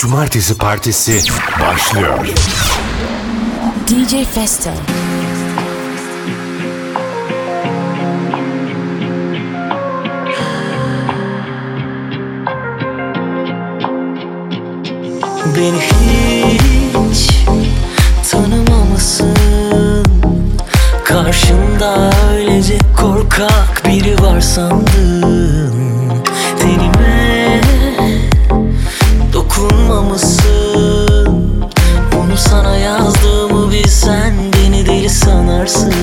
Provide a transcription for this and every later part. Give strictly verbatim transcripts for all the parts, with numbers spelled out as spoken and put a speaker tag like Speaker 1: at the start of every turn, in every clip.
Speaker 1: Cumartesi Partisi başlıyor.
Speaker 2: D J Festo.
Speaker 3: Beni hiç tanımamışsın, karşımda öylece korkak biri var sandın. Tenime dokunmamışsın, bunu sana yazdığımı bilsen beni deli sanarsın.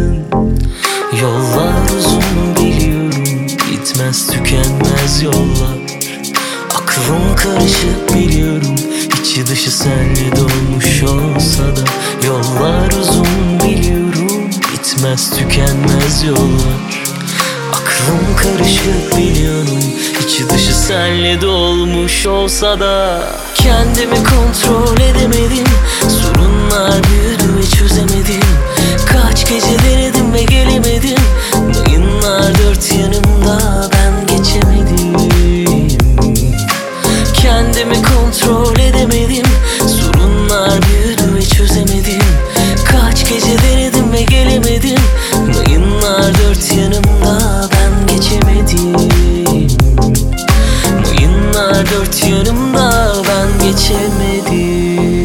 Speaker 3: Yollar uzun biliyorum, bitmez tükenmez yollar. Aklım karışık biliyorum, içi dışı senle dolmuş olsa da. Yollar uzun biliyorum, bitmez tükenmez yollar. Aklım karışık biliyorum, içi dışı senle dolmuş olsa da. Kendimi kontrol edemedim, sorunlar büyüdü ve çözemedim. Kaç gece denedim ve gelemedim, mayınlar dört yanımda ben geçemedim. Kendimi kontrol edemedim, sorunlar büyüdü ve çözemedim. Kaç gece denedim ve gelemedim, mayınlar dört yanımda ben geçemedim. Mayınlar dört yanımda ben geçemedim.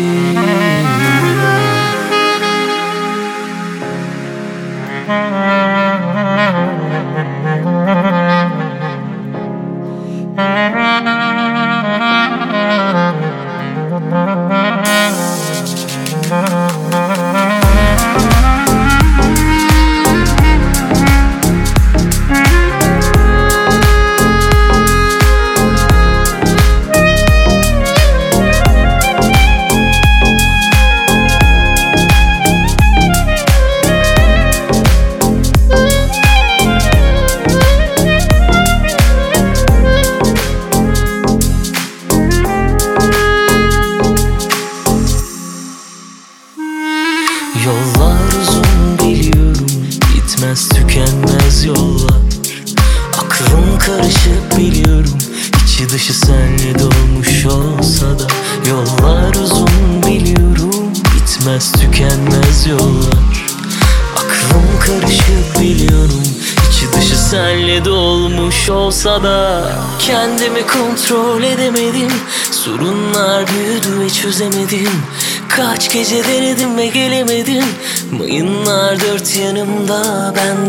Speaker 3: Olsa da kendimi kontrol edemedim, sorunlar büyüdü ve çözemedim. Kaç gece denedim ve gelemedim, mayınlar dört yanımda ben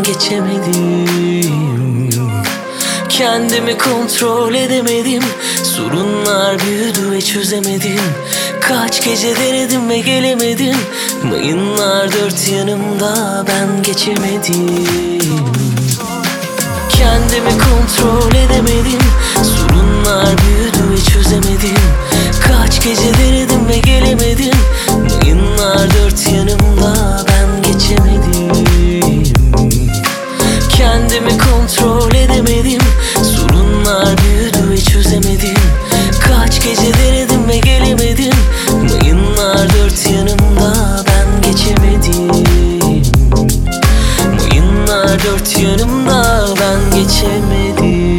Speaker 3: geçemedim. Kendimi kontrol edemedim, sorunlar büyüdü ve çözemedim. Kaç gece denedim ve gelemedim, mayınlar dört yanımda ben geçemedim. Kendimi kontrol edemedim, sorunlar büyüdü ve çözemedim. Kaç gece denedim ve gelemedim, mayınlar dört yanımda ben geçemedim. Kendimi kontrol edemedim, sorunlar büyüdü ve çözemedim. Kaç gece denedim ve gelemedim, mayınlar dört yanımda ben geçemedim. Mayınlar dört yanımda ben geçemedim.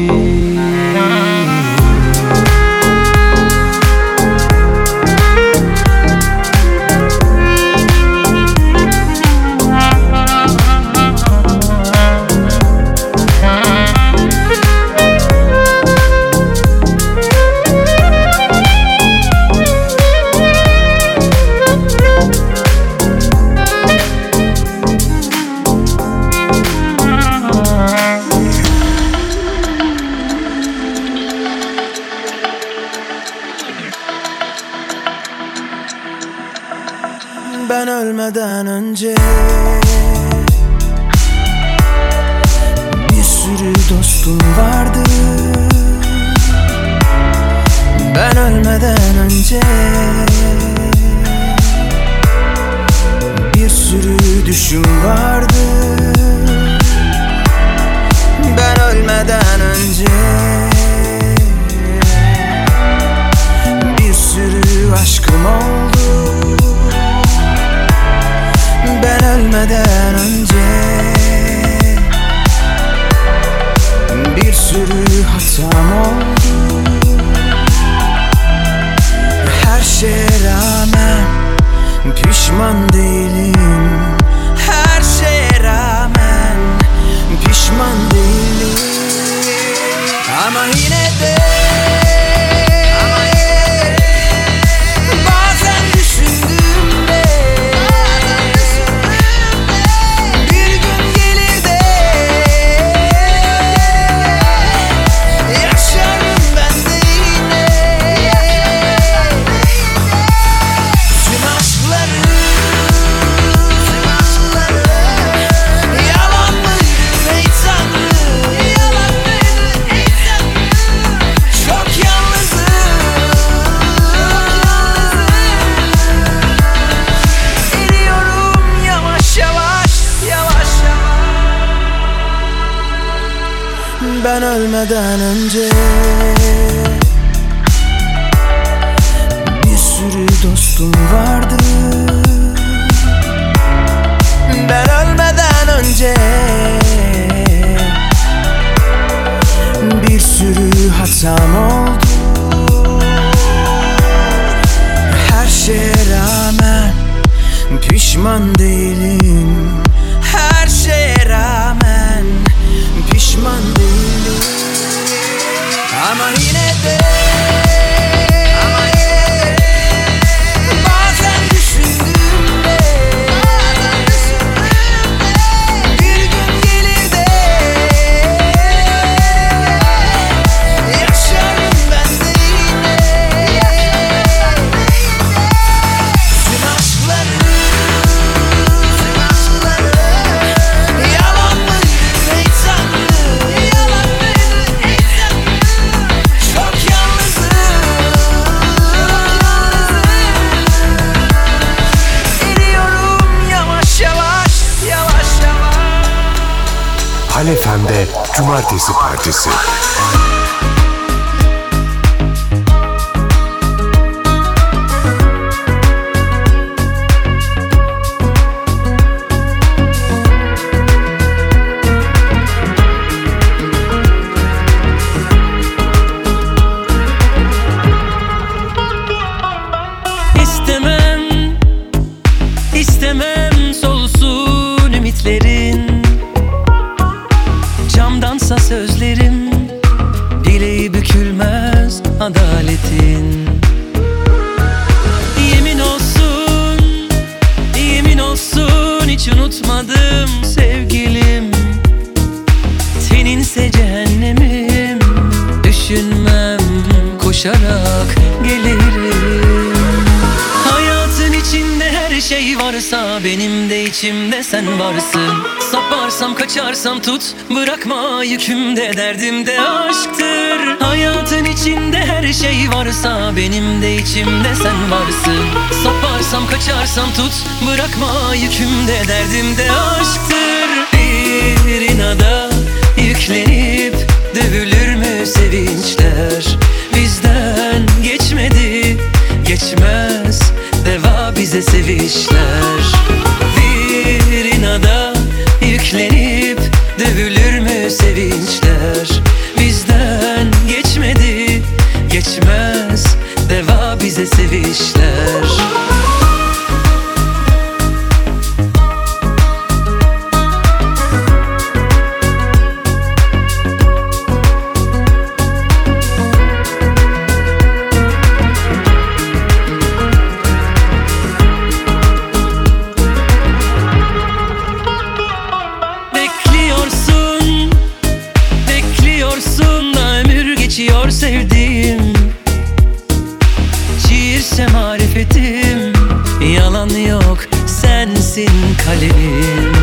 Speaker 4: Ben ölmeden önce bir sürü dostum vardı. Ben ölmeden önce bir sürü düşüm vardı. Ben ölmeden önce bir sürü aşkım oldu. Ben ölmeden önce bir sürü hatam oldu. pişman değilim. Her şeye rağmen pişman değilim. Ama yine de bazen düşündüğümde bir gün gelir de yaşarım ben de yine. Tüm aşkları yalan mıydı ey Tanrım? Çok yalnızım. Eriyorum yavaş yavaş, yavaş yavaş. Ben ölmeden önce bir sürü dostum vardı. Ben ölmeden önce bir sürü hatam oldu. Her şeye rağmen pişman değilim. Her şeye rağmen pişman değilim. Ama yine de bazen düşündüğümde bir gün gelir de yaşarım ben de yine. Tüm aşkları yalan mıydı ey Tanrım? Çok yalnızım. Eriyorum yavaş yavaş, yavaş yavaş.
Speaker 1: Hal F M'de Cumartesi Partisi.
Speaker 3: İstemem, istemem solsun ümitlerin. Camdansa sözlerim, bileği bükülmez adaletin. Yemin olsun, yemin olsun hiç unutmadım sevgilim. Seninse cehennemim, düşünmem, koşarak gelirim. Hayatın içinde her şey varsa benim de içimde sen varsın. Saparsam kaçarsam tut, bırakma yükümde, derdimde aşktır. Hayatın içinde her şey varsa benim de içimde sen varsın. Saparsam kaçarsam tut, bırakma yükümde, derdimde aşktır. Bir inada yüklenip dövülür mü sevinçler? Bizden geçmedi, geçmez, deva bize sevişler. Bir inada yüklenip dövülür mü sevinçler? Bizden geçmedi, geçmez, deva bize sevişler. Bekliyorsun, bekliyorsun da ömür geçiyor sevdiğim. Şiirse marifetim, yalan yok sensin kalemim.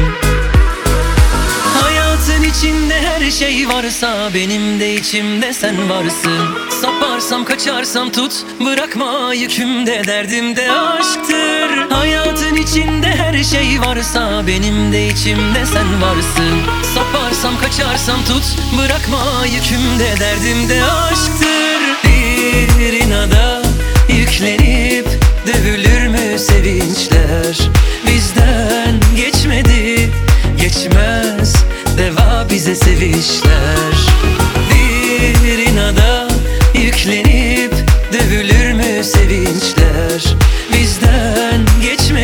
Speaker 3: Hayatın içinde her şey varsa benim de içimde sen varsın. Saparsam kaçarsam tut, bırakma yükümde, derdimde aşktır. Hayatın içinde her şey varsa benim de içimde sen varsın. Saparsam kaçarsam tut, bırakma yükümde, derdimde aşktır. Bir inada yüklenip dövülür mü sevinçler? Bizden geçmedi, geçmez, deva bize sevişler. Bir inada yüklenip dövülür mü sevinçler? Bizden geçmedi,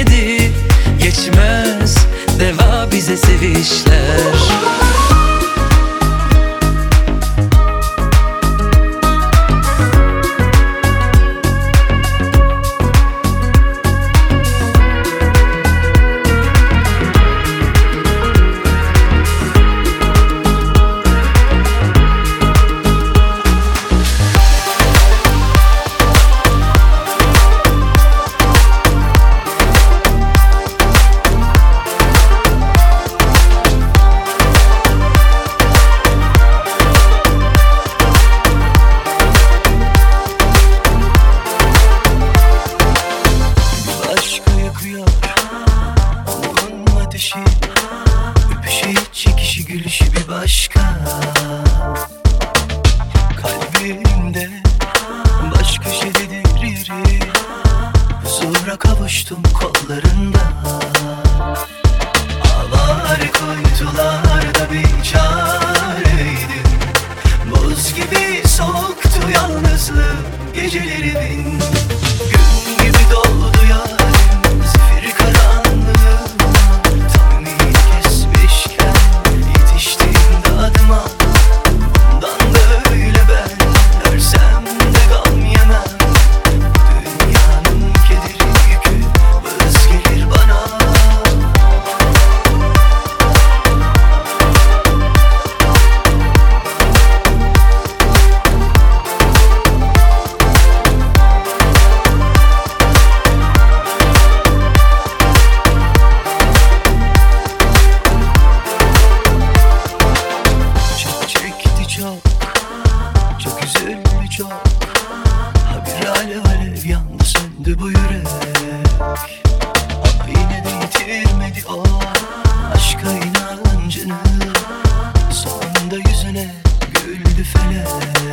Speaker 5: Kavuştum kollarında. Avare kuytularda bir çareydim. Buz gibi soğuktu yalnızlığım gecelerimin. Gün gibi doldu yarim zifiri karanlığıma. Tam ümidi kesmişken yetiştiğimde adıma. Bundan böyle ben örsem de gam yemem. Dünyanın kederi yükü vız gelir bana. Çok çekti çok, çok üzüldü çok. Ha bir alev alev yandı söndü bu yürek. Ama yine de yitirmedi o aşka inancını. Sonunda yüzüne güldü felek.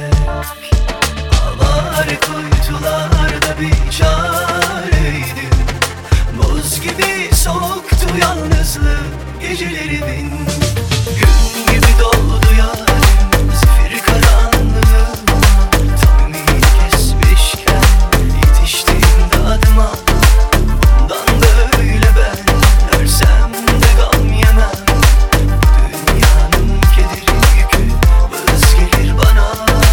Speaker 5: Avare kuytularda bir çareydim. Buz gibi soğuktu yalnızlığım gecelerimin. Gün gibi doldu yarim zifiri karanlığıma. Tam ümidi kesmişken yetiştiğimde adıma. Bundan böyle ben örsem de gam yemem. Dünyanın kederi yükü vız gelir bana.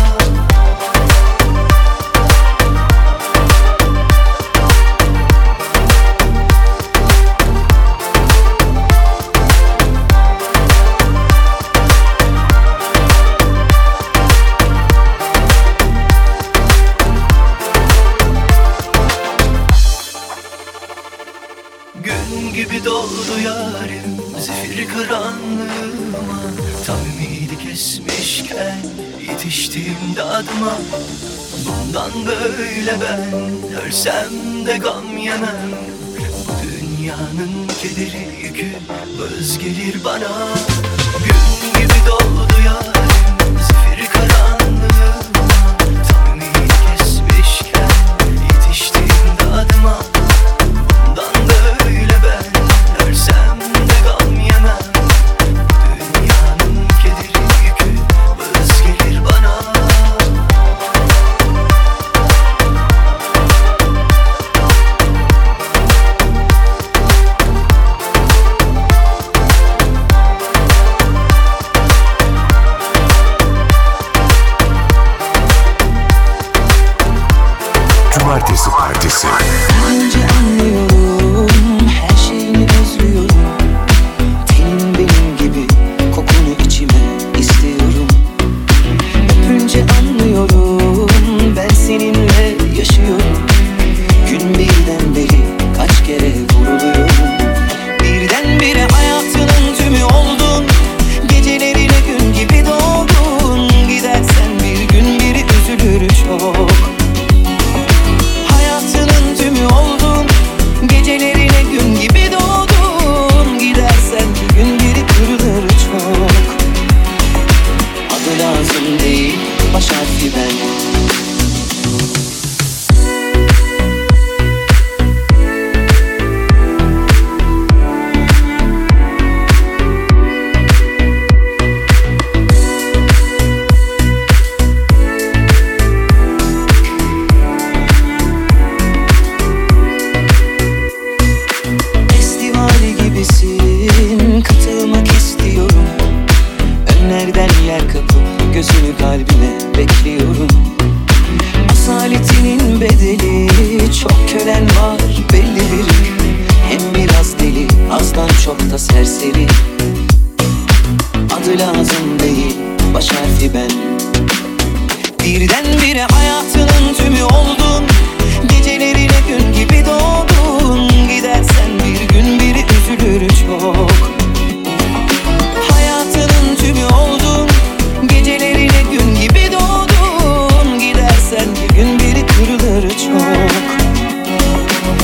Speaker 5: Gün gibi doldu yarim zifiri karanlığıma. Tam ümidi kesmişken yetiştiğimde adıma. Bundan böyle ben örsem de gam yemem. Bu dünyanın kederi yükü vız gelir bana. Gün gibi doldu yarim zifiri karanlığıma. Tam ümidi kesmişken yetiştiğimde adıma. Bundan böyle ben örsem de gam yemem. Dünyanın kederi yükü vız gelir bana.
Speaker 1: Cumartesi Partisi.
Speaker 6: Önce anlıyorum, her şeyini özlüyorum. Tenin benim gibi, kokunu içime istiyorum. Öpünce anlıyorum, ben seninle yaşıyorum. Gün birden beri kaç kere vuruluyorum. Birdenbire hayatının tümü oldun. Gecelerine gün gibi doğdun. Gidersen bir gün biri üzülür çok. Hayatının tümü oldun. Gecelerine gün gibi doğdun. Gidersen bir gün biri kırılır çok. Adı lazım değil, baş harfi ben. Festivali gibisin, katılmak istiyorum. Önlerden yer kapıp gözünü kalbime bekliyorum. Asaletinin bedeli, çok kölen var belli biri. Hem biraz deli, azdan çok da serseri. Adı lazım değil, baş harfi ben. Birdenbire hayatının tümü oldun. Gecelerine gün gibi doğdun. Gidersen bir gün biri üzülür çok. Hayatının tümü oldun. Gecelerine gün gibi doğdun. Gidersen bir gün biri kırılır çok.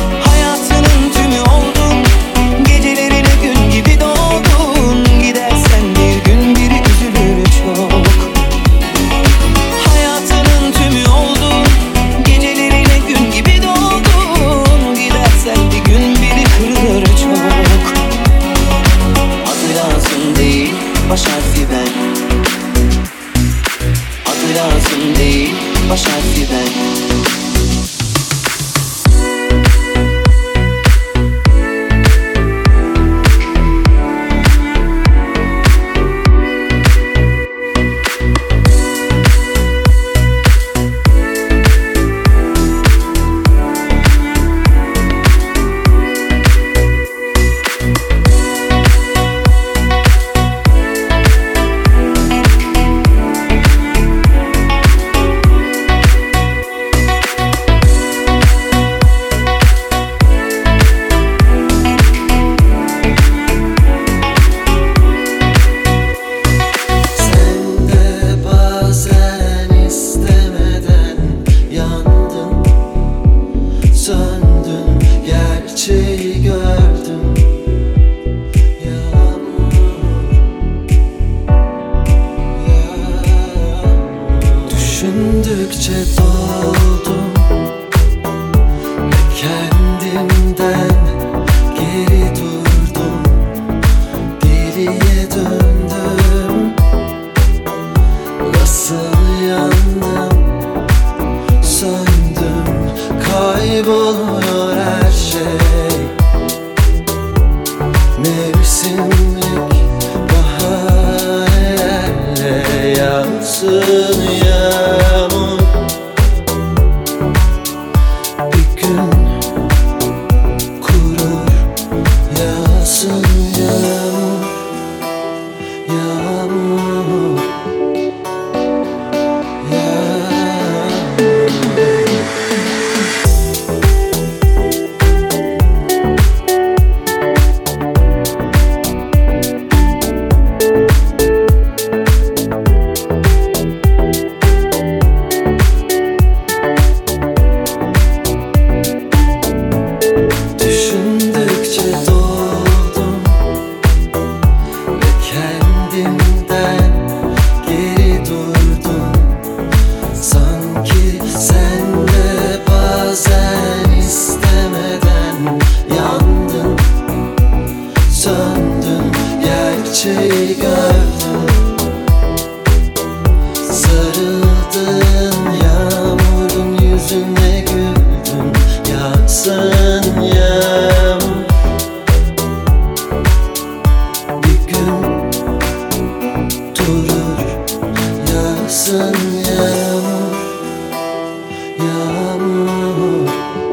Speaker 6: kayboluyor her şey. Mevsimlik bahanelerle yağsın yağmur. Bir gün kurur yağsın yağmur. Yağmur, düşündükçe doldum ve kendimden geri durdum. Sanki sen de bazen istemeden yandın, söndün, gerçeği gördün. Sarıldın yağmurun yüzüne güldün. Yağsın yağmur. Bir gün durur yağsın yağmur. Yağmur,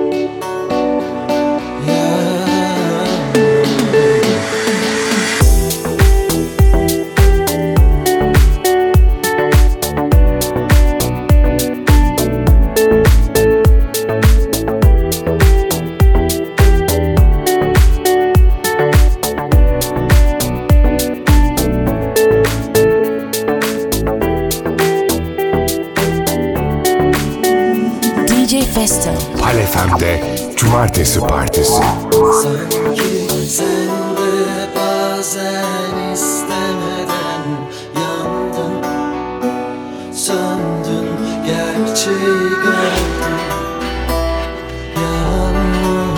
Speaker 2: D J Festo.
Speaker 1: Pal F M'de Cumartesi Partisi.
Speaker 6: sanki sen de bazen istemeden yandın, söndün, gerçeği gördün. Yağmur,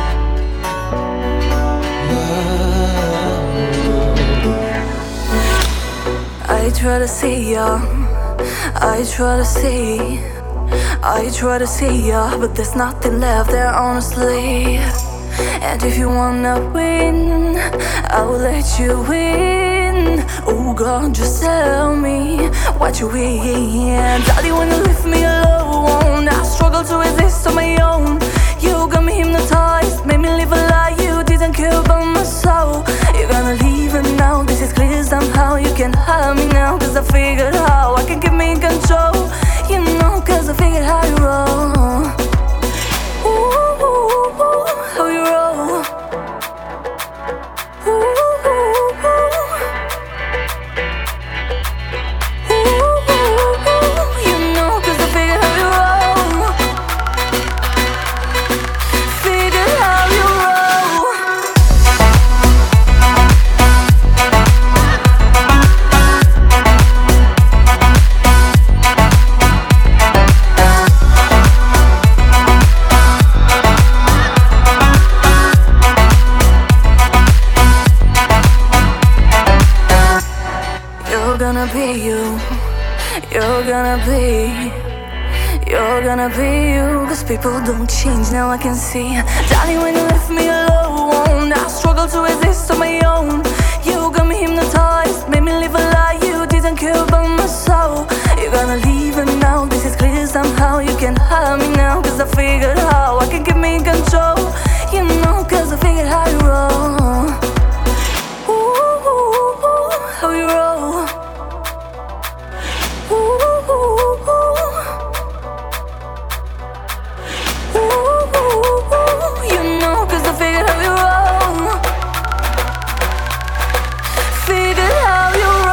Speaker 6: yağmur.
Speaker 7: I try to see ya, I try to see, I try to see ya, but there's nothing left there honestly. And if you wanna win, I will let you win. Oh God, just tell me what you win. Daddy, when you leave me alone, I struggle to resist on my own. You got me hypnotized, made me live a lie you didn't care about my soul. You're gonna leave it now, this is clear somehow. You can have me now, cause I figured how I can keep me in control. You know, cause I figured how you roll. Ooh, ooh, ooh, how you roll. Ooh, ooh, ooh. Ooh, ooh, ooh. You know, cause I figured how you roll. Figured how you roll. You're gonna be you, you're gonna be, you're gonna be you. Cause people don't change, now I can see. Darling, when you left me alone, I struggle to resist on my own. You got me hypnotized, made me live a lie you didn't care about my soul. You're gonna leave it now, this is clear somehow. You can have me now, cause I figured how I can keep me in control. You know, cause I figured how you roll. Ooh, ooh, ooh, how you roll. Ooh, ooh, ooh. Ooh, ooh, ooh. You know, cause I figured how you roll. Figured how you roll.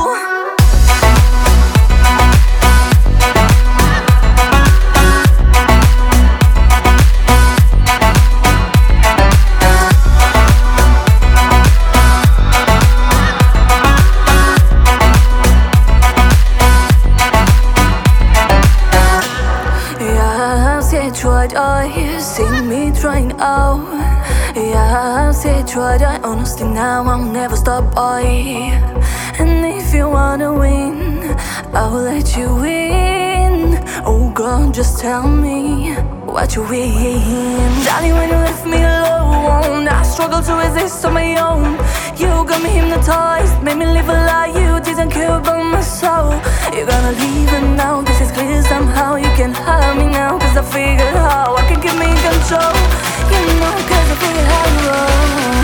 Speaker 7: Tried I see me trying out. Yeah, I say tried I honestly now I'll never stop by. And if you wanna win, I will let you win. Oh God, just tell me what you in. Darling, when you left me alone, I struggled to resist on my own. You got me hypnotized, made me live a lie. You didn't care about my soul. You're gonna leave it now, this is clear somehow. You can have me now, cause I figured how I can keep me in control. You know, cause I figured how you roll.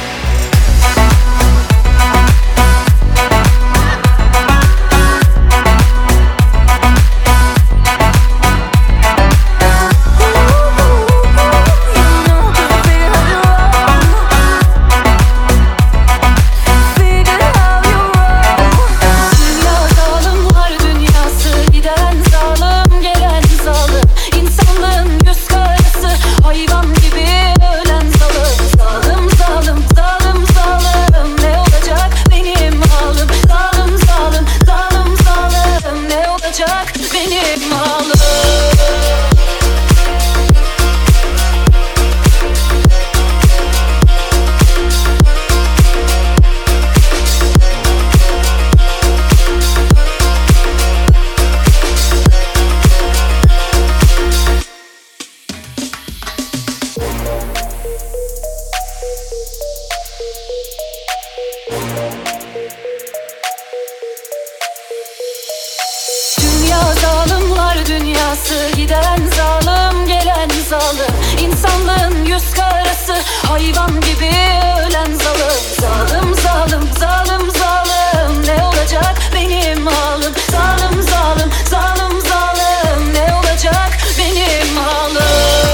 Speaker 8: Giden zalim gelen zalim, İnsanlığın yüz karası, hayvan gibi ölen zalim. Zalim zalim zalim zalim, ne olacak benim halim? Zalim zalim zalim zalim, ne olacak benim halim?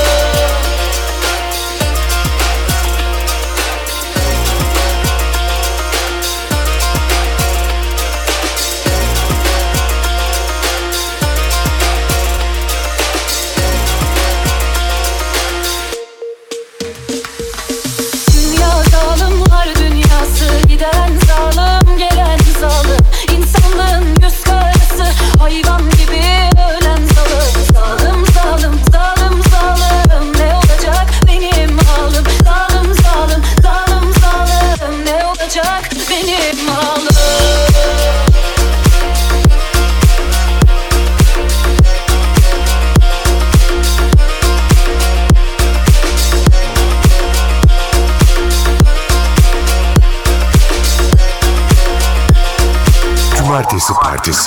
Speaker 1: Cumartesi Partisi.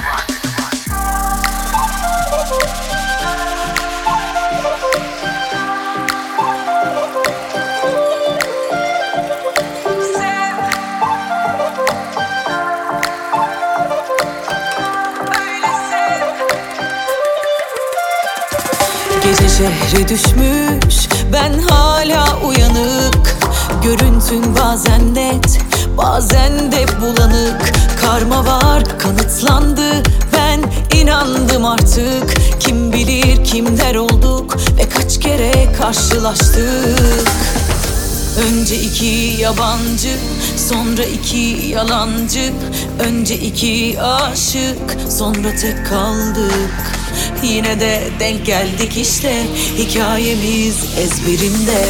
Speaker 9: Gece şehre düşmüş, ben hala uyanık. Görüntün bazen net, bazen de bulanık. Karma var, kanıtlandı, ben inandım artık. Kim bilir kimler olduk ve kaç kere karşılaştık. Önce iki yabancı, sonra iki yalancı. Önce iki aşık, sonra tek kaldık. Yine de denk geldik işte, hikayemiz ezberimde.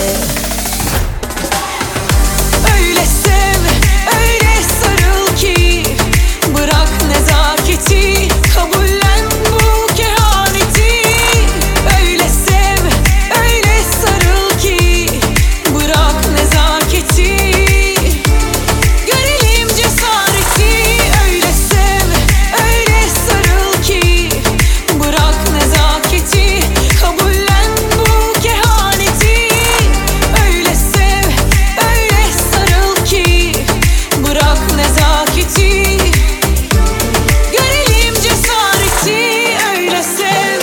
Speaker 9: Öyle sev, öyle sarıl ki bırak nezaketi, kabullen bu kehaneti. Öyle sev, öyle sarıl ki bırak nezaketi, görelim cesareti. Öyle sev, öyle sarıl ki bırak nezaketi, kabullen bu kehaneti. Öyle sev, öyle sarıl ki bırak nezaketi, görelim cesareti. Öyle sev.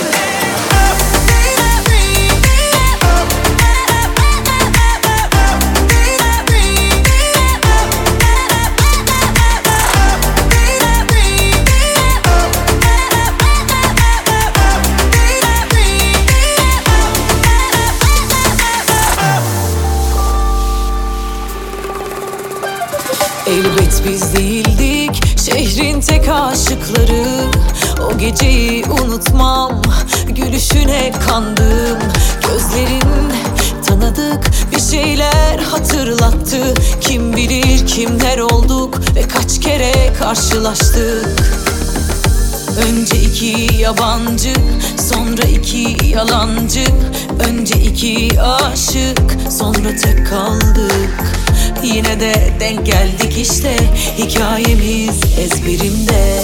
Speaker 9: Elbet biz değildik şehrin tek aşıkları. O geceyi unutmam, gülüşüne kandım. Gözlerin tanıdık bir şeyler hatırlattı. Kim bilir kimler olduk ve kaç kere karşılaştık. Önce iki yabancı, sonra iki yalancı. Önce iki aşık, sonra tek kaldık. Yine de denk geldik işte, hikayemiz ezberimde.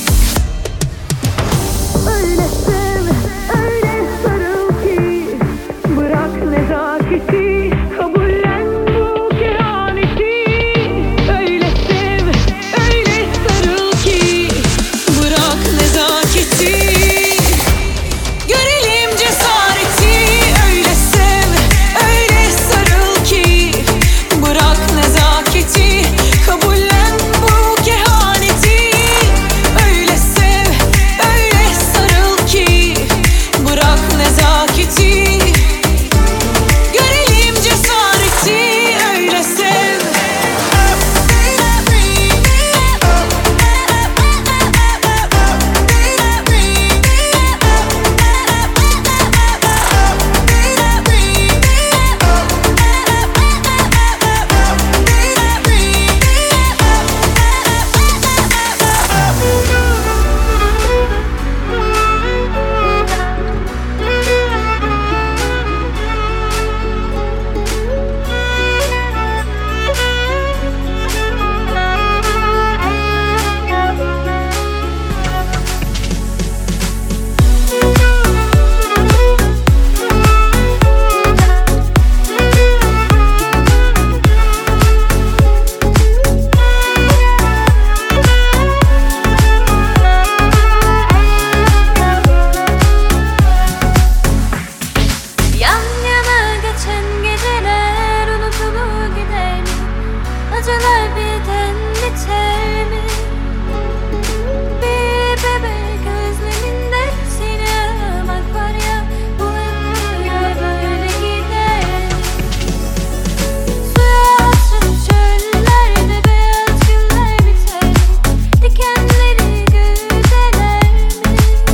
Speaker 7: Öyle sev, öyle sarıl ki bırak nezaketi, kabullen bu kehaneti. Öyle sev, öyle sarıl ki
Speaker 9: Bırak nezaketi, görelim cesareti. Öyle sev, öyle sarıl ki bırak nezaketi, kabullen bu kehaneti. Öyle sev, öyle sarıl ki bırak nezaketi, görelim cesareti. Öyle sev.
Speaker 7: yan yana geçen geceler unutulur gider mi? Acılar birden biter mi? Bir bebek özleminde seni aramak var ya, bu hep böyle böyle gider mi? Suya hasret çöllerde beyaz güller biter mi? Dikenleri güdeler mi?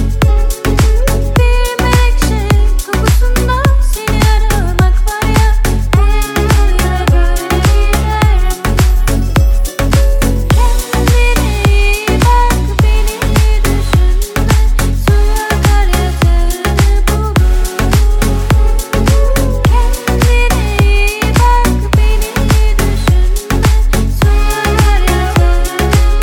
Speaker 7: Bir menekşe kokusunda seni aramak var ya, bu hep böyle böyle gider mi? Kendine iyi bak, beni düşünme, suya kar yatağını bulur. Kendine iyi bak, beni düşünme, suya kar yatağını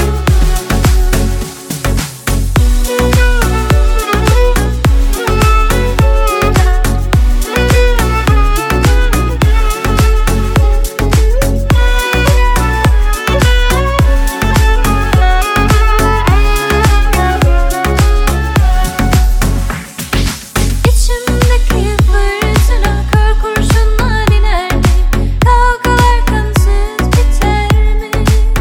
Speaker 7: İçimdeki fırtına kör kurşunla diner mi? Kavgalar kansız biter mi?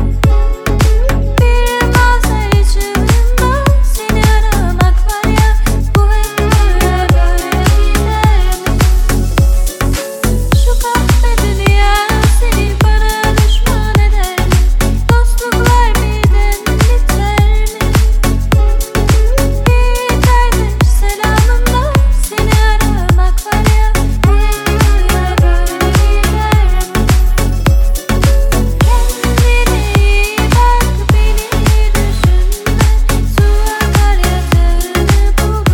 Speaker 7: Bir manzara çığlığında seni aramak var ya, bu hep böyle böyle gider mi? Şu kahve dünya seni bana düşman eder mi? Dostluklar birden biter mi? Bir kardeş selamında seni aramak var ya, bu hep böyle böyle gider mi? Kendine iyi bak, beni düşünme, suya kar yatağını bulur.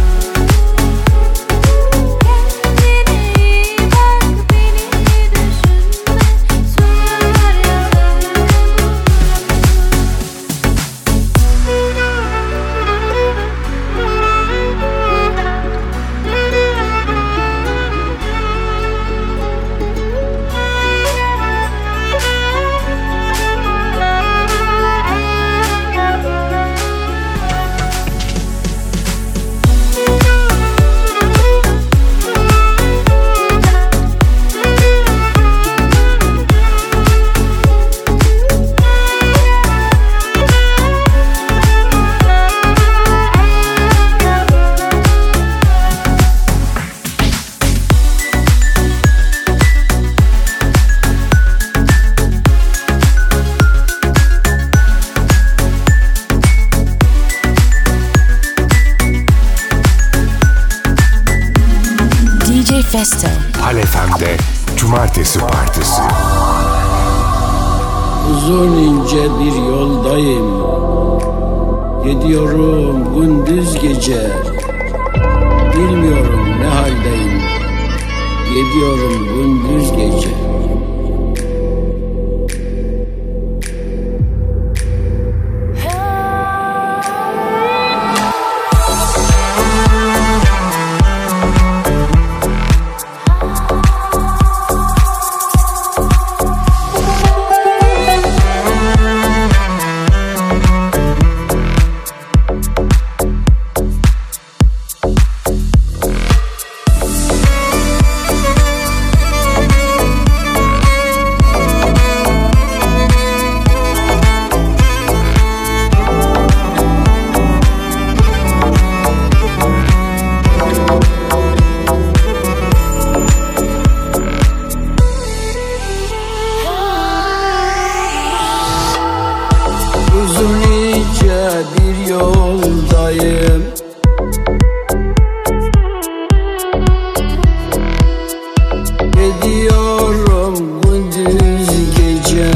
Speaker 7: Kendine iyi bak, beni düşünme, suya kar yatağını
Speaker 2: D J Festo.
Speaker 1: Hal F M'de Cumartesi Partisi.
Speaker 10: Uzun ince bir yoldayım, Gidiyorum gündüz gece, bilmiyorum ne haldeyim. Gidiyorum gündüz gece. Uzun ince bir yoldayım, gidiyorum gündüz gece.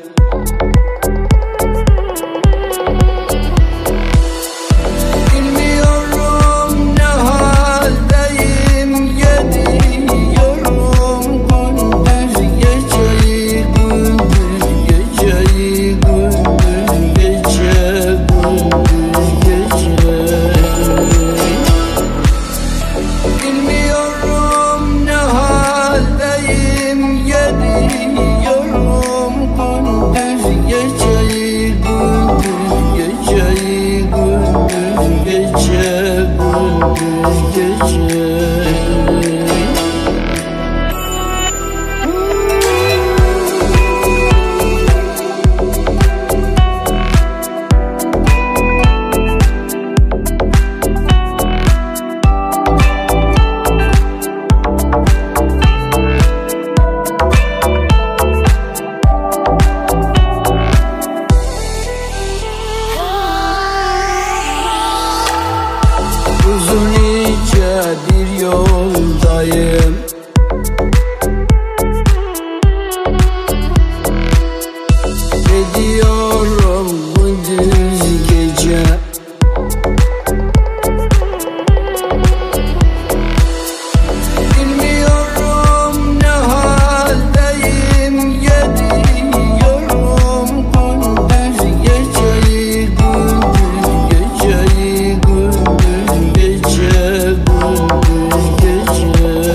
Speaker 10: Bilmiyorum ne haldeyim, gidiyorum gündüz geceyi, gündüz geceyi, gündüz gece, gündüz gece. Bilmiyorum ne haldeyim, gidiyorum gündüz geceyi, gündüz geceyi, gündüz gece, gündüz gece. Uzun ince bir yoldayım, gidiyorum gündüz gece. Bilmiyorum ne haldeyim, gidiyorum gündüz geceyi, gündüz geceyi, gündüz gece, gündüz gece.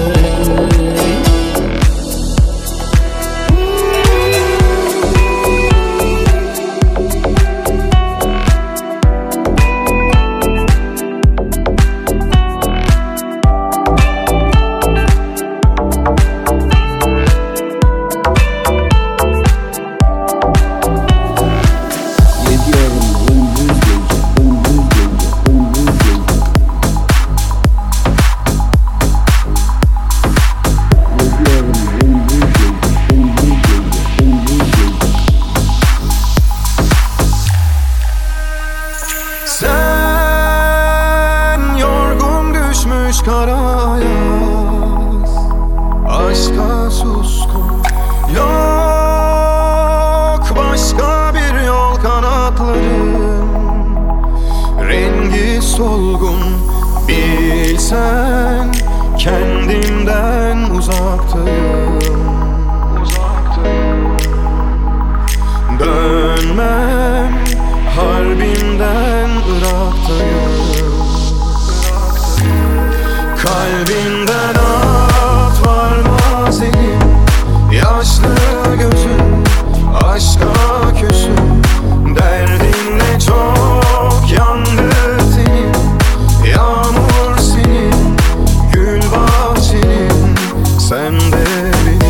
Speaker 10: Gidiyorum gündüz gece, gündüz gece, gündüz gece. Gidiyorum gündüz gece, gündüz gece, gündüz gece.
Speaker 11: Sen yorgun düşmüş kara yaz, aşka suskun, yok başka bir yol, kanatların rengi solgun. Bilsen kendimden uzaktayım, dönmem harbimden Irak'tayım. Kalbinden at varmaz elim, yaşlı gözüm aşka küsüm. Derdinle çok yandı tenim, yağmur senin, gül bahçenin, sen de benim.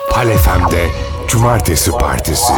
Speaker 1: Pal F M'de Cumartesi Partisi.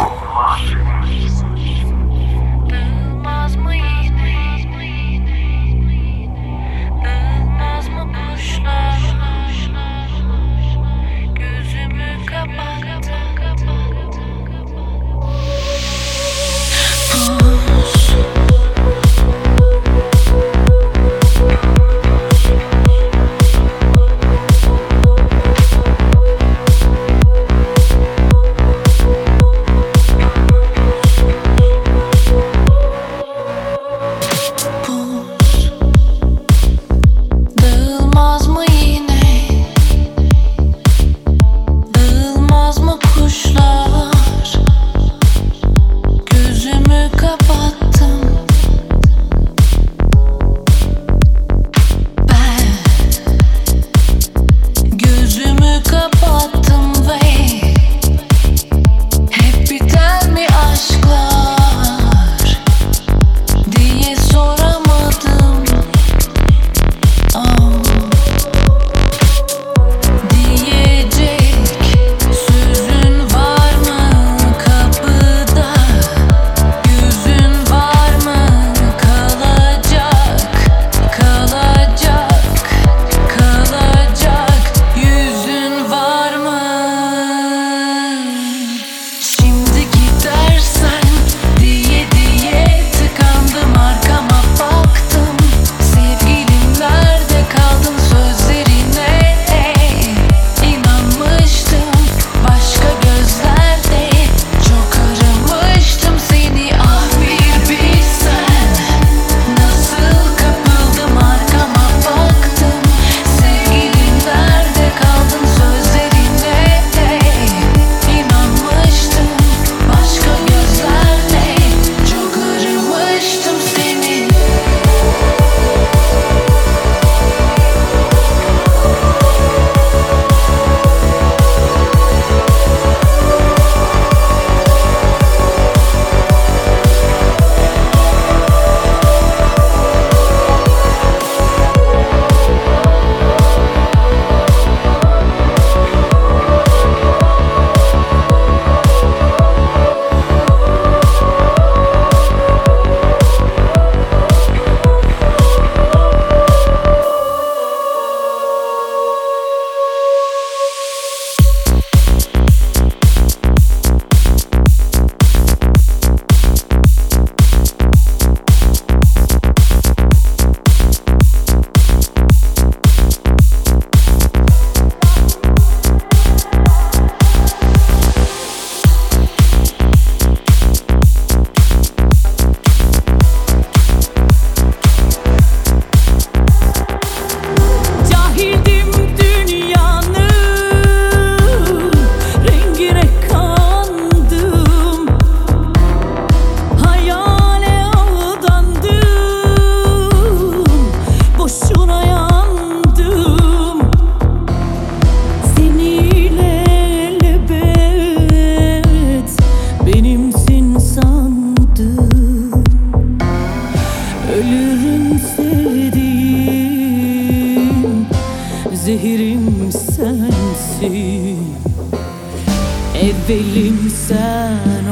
Speaker 9: Evvelim sen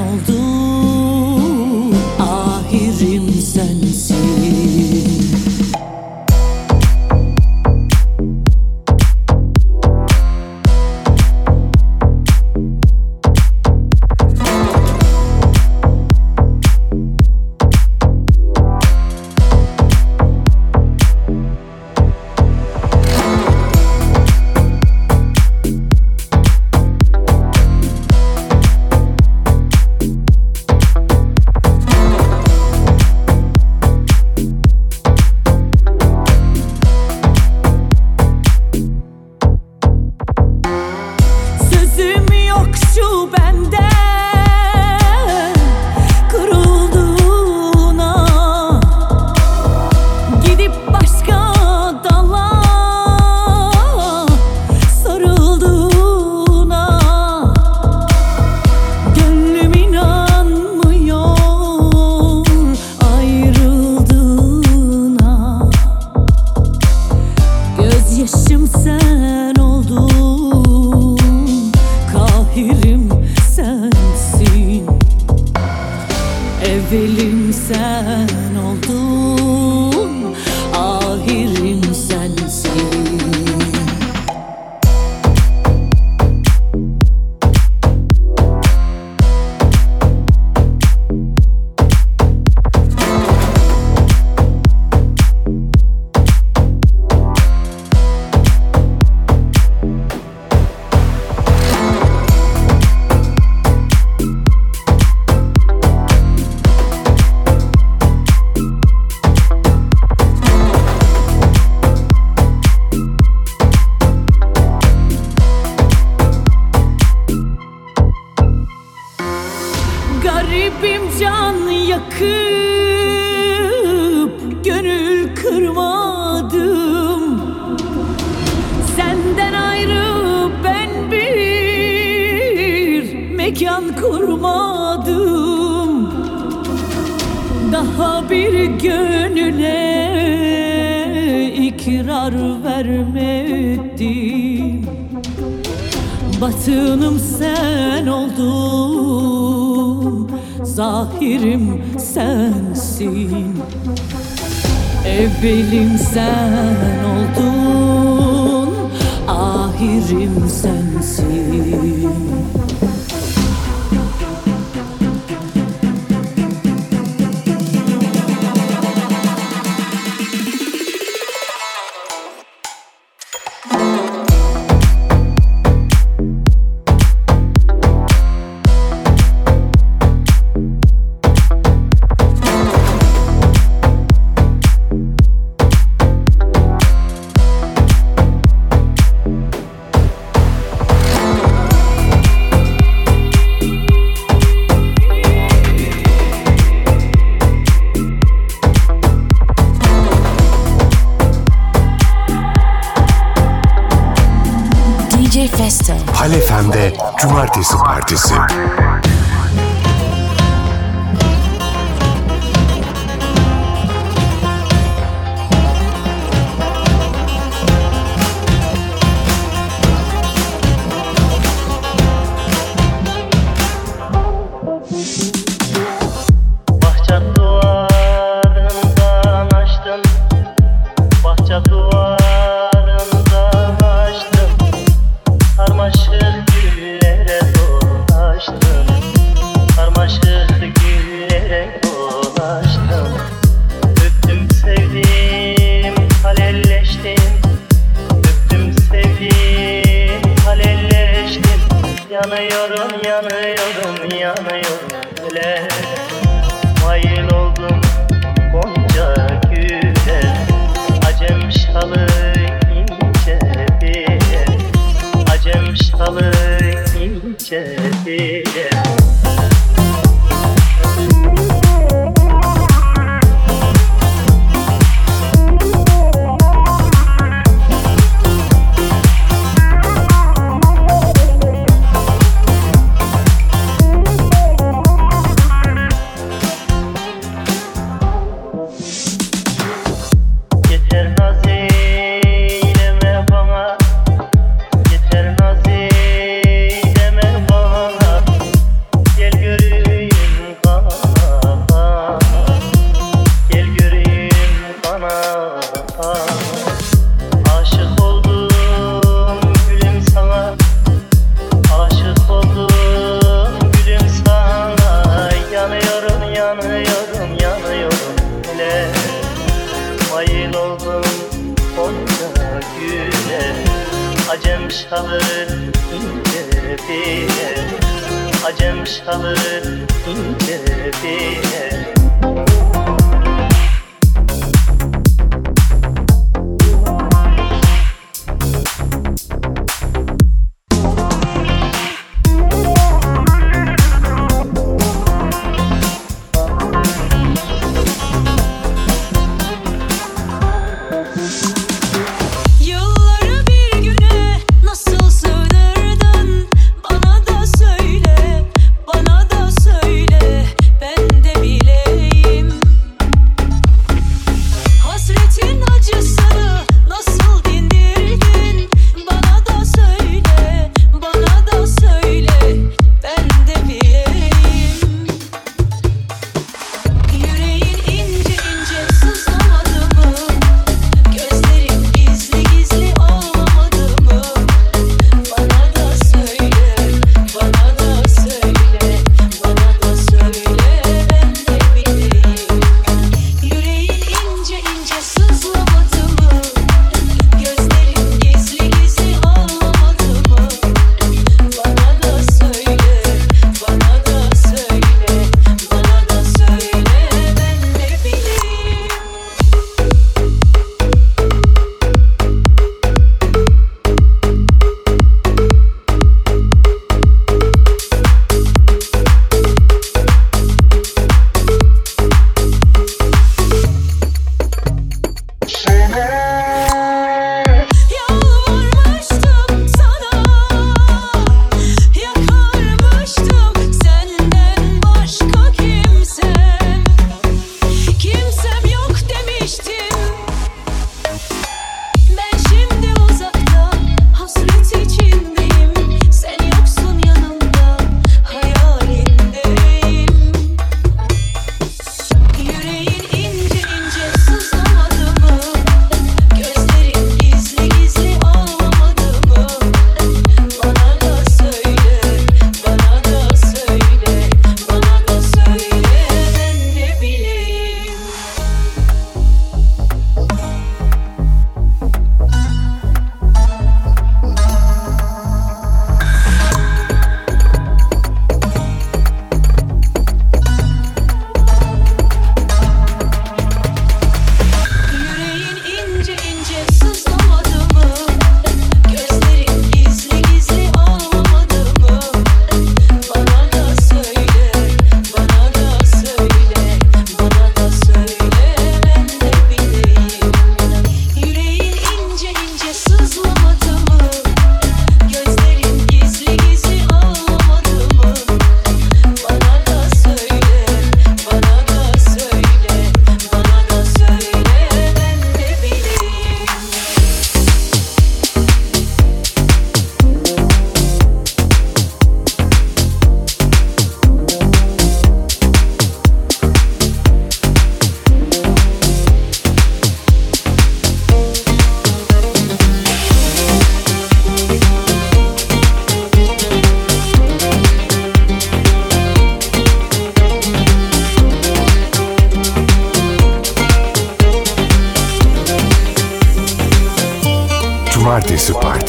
Speaker 9: oldun, ahirim sensin. plan kurmadım, daha bir gönüle ikrar vermedim. Batınım sen oldun, zahirim sensin. Evvelim sen oldun, ahirim sensin.
Speaker 2: D J Festo.
Speaker 1: Hal F M'de Cumartesi Partisi.
Speaker 12: Bahçe duvarından açtım, bahçe duvarından açtım, sarmaşık güllere dolaştım, sarmaşık güllere dolaştım. Öptüm sevdim, halelleştim, öptüm sevdim, halelleştim. Yanıyorum, yanıyorum, yanıyorum öyle. Mail oldum gonca güle, acem şalı ince bile, acem şalı ince bile. Yeter naz eyleme bana, yeter naz eyleme bana, gel göreyim kana, gel göreyim kana. Aşık oldum gülüm sana, aşık oldum gülüm sana. Yanıyorum, yanıyorum, yanıyorum hele. Mail oldum gonca güle, acem şalı ince bile, acem şalı ince bile.
Speaker 8: Yılları bir güne nasıl sığdırdın? Bana da söyle, bana da söyle. Ben de bileyim.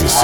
Speaker 1: Partisi.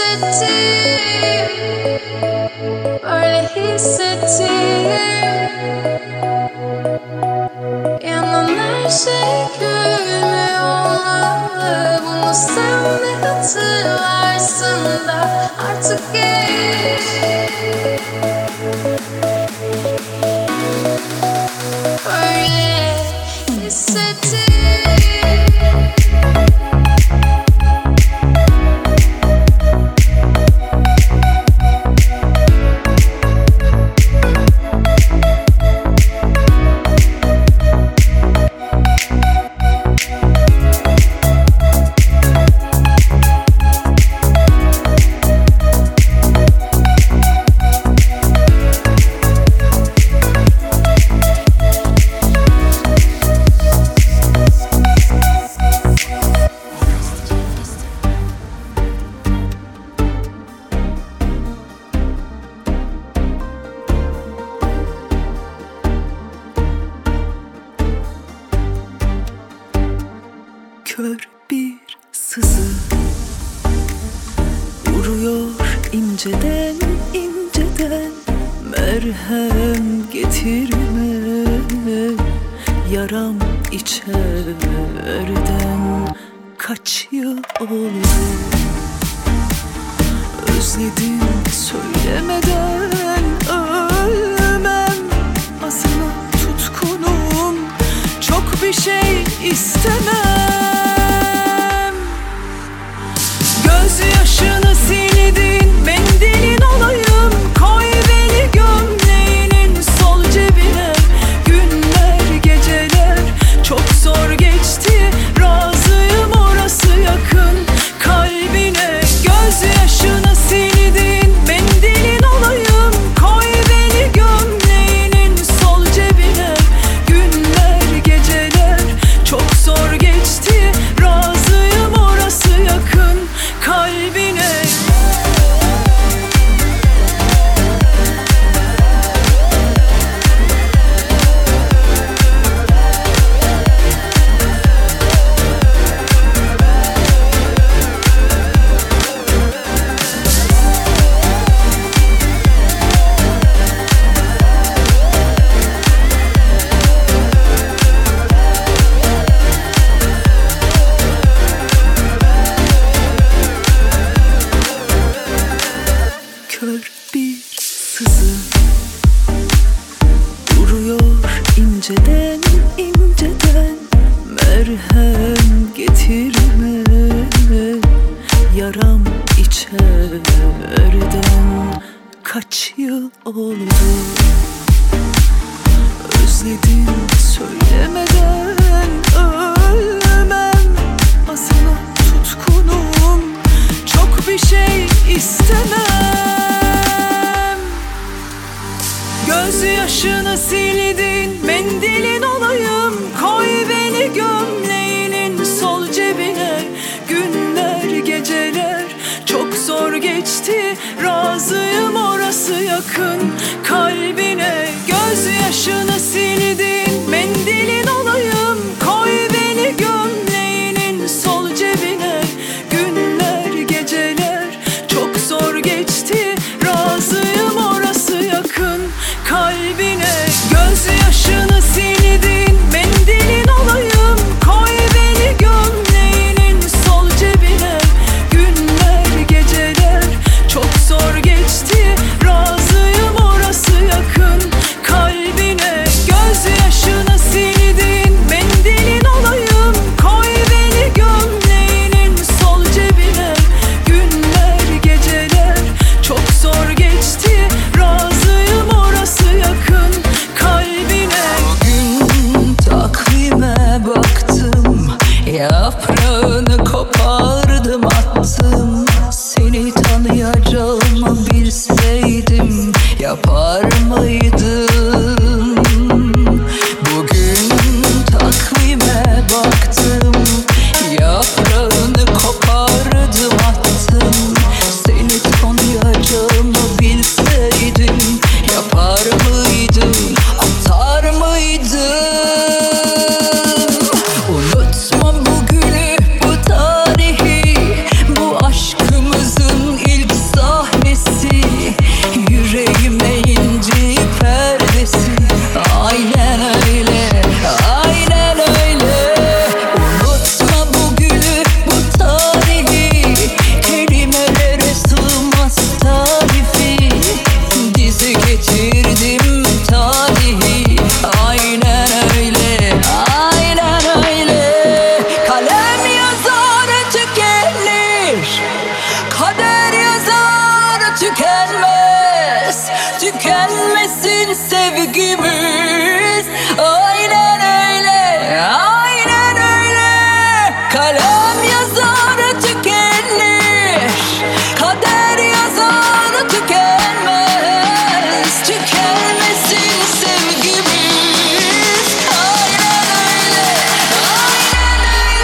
Speaker 7: hissettim, böyle hissettim. Yanan her şey gülme olmalı. Bunu sen de hatırlarsın da artık geç. Böyle hissettim.
Speaker 13: Kör bir sızı vuruyor inceden inceden. Merhem getirme, yaram içeriden. Kaç yıl oldu özledim söylemeden. Ölmem asına tutkunum, çok bir şey istemem. Gözyaşını sildin, mendilin olayım. Koy beni gömleğinin sol cebine. Günler geceler çok zor geçti. Razıyım orası yakın kalbine. Gözyaşını sildin, mendilin olayım. Koy beni gömleğinin sol cebine. Günler geceler çok zor geçti. Razıyım orası yakın kalbine. Kör bir sızı vuruyor inceden inceden. Merhem getirme, yaram içeriden. Kaç yıl oldu özledim söylemeden. Ölmem asına tutkunum, çok bir şey istemem. Gözyaşını sildin, mendilin olayım. Koy beni gömleğinin sol cebine. Günler geceler çok zor geçti. Razıyım orası yakın kalbine. Gözyaşını sildin, mendilin olayım. Koy beni gömleğinin sol cebine. Günler geceler çok zor geçti. Razıyım orası yakın kalbine. Gözyaşını sildin, mendilin olayım. Koy beni gömleğinin sol cebine. Günler geceler çok zor geçti. Razıyım orası yakın kalbine. Gözyaşını sildin, mendilin olayım. Koy beni gömleğinin sol cebine. Günler geceler çok zor geçti. Razıyım orası yakın kalbine.
Speaker 6: Bugün takvime baktım, yaprağını kopardım attım. Seni tanıyacağımı bilseydim yapar mıydım? Bugün takvime baktım, yaprağını kopardım attım. Seni tanıyacağımı bilseydim yapar mıydım, atar mıydım? Unutma bugünü, bu tarihi, bu aşkımızın ilk
Speaker 13: Tükenmesin sevgimiz. Aynen öyle, aynen öyle. Kalem yazar tükenir, kader yazar tükenmez. Tükenmesin sevgimiz. Aynen öyle, aynen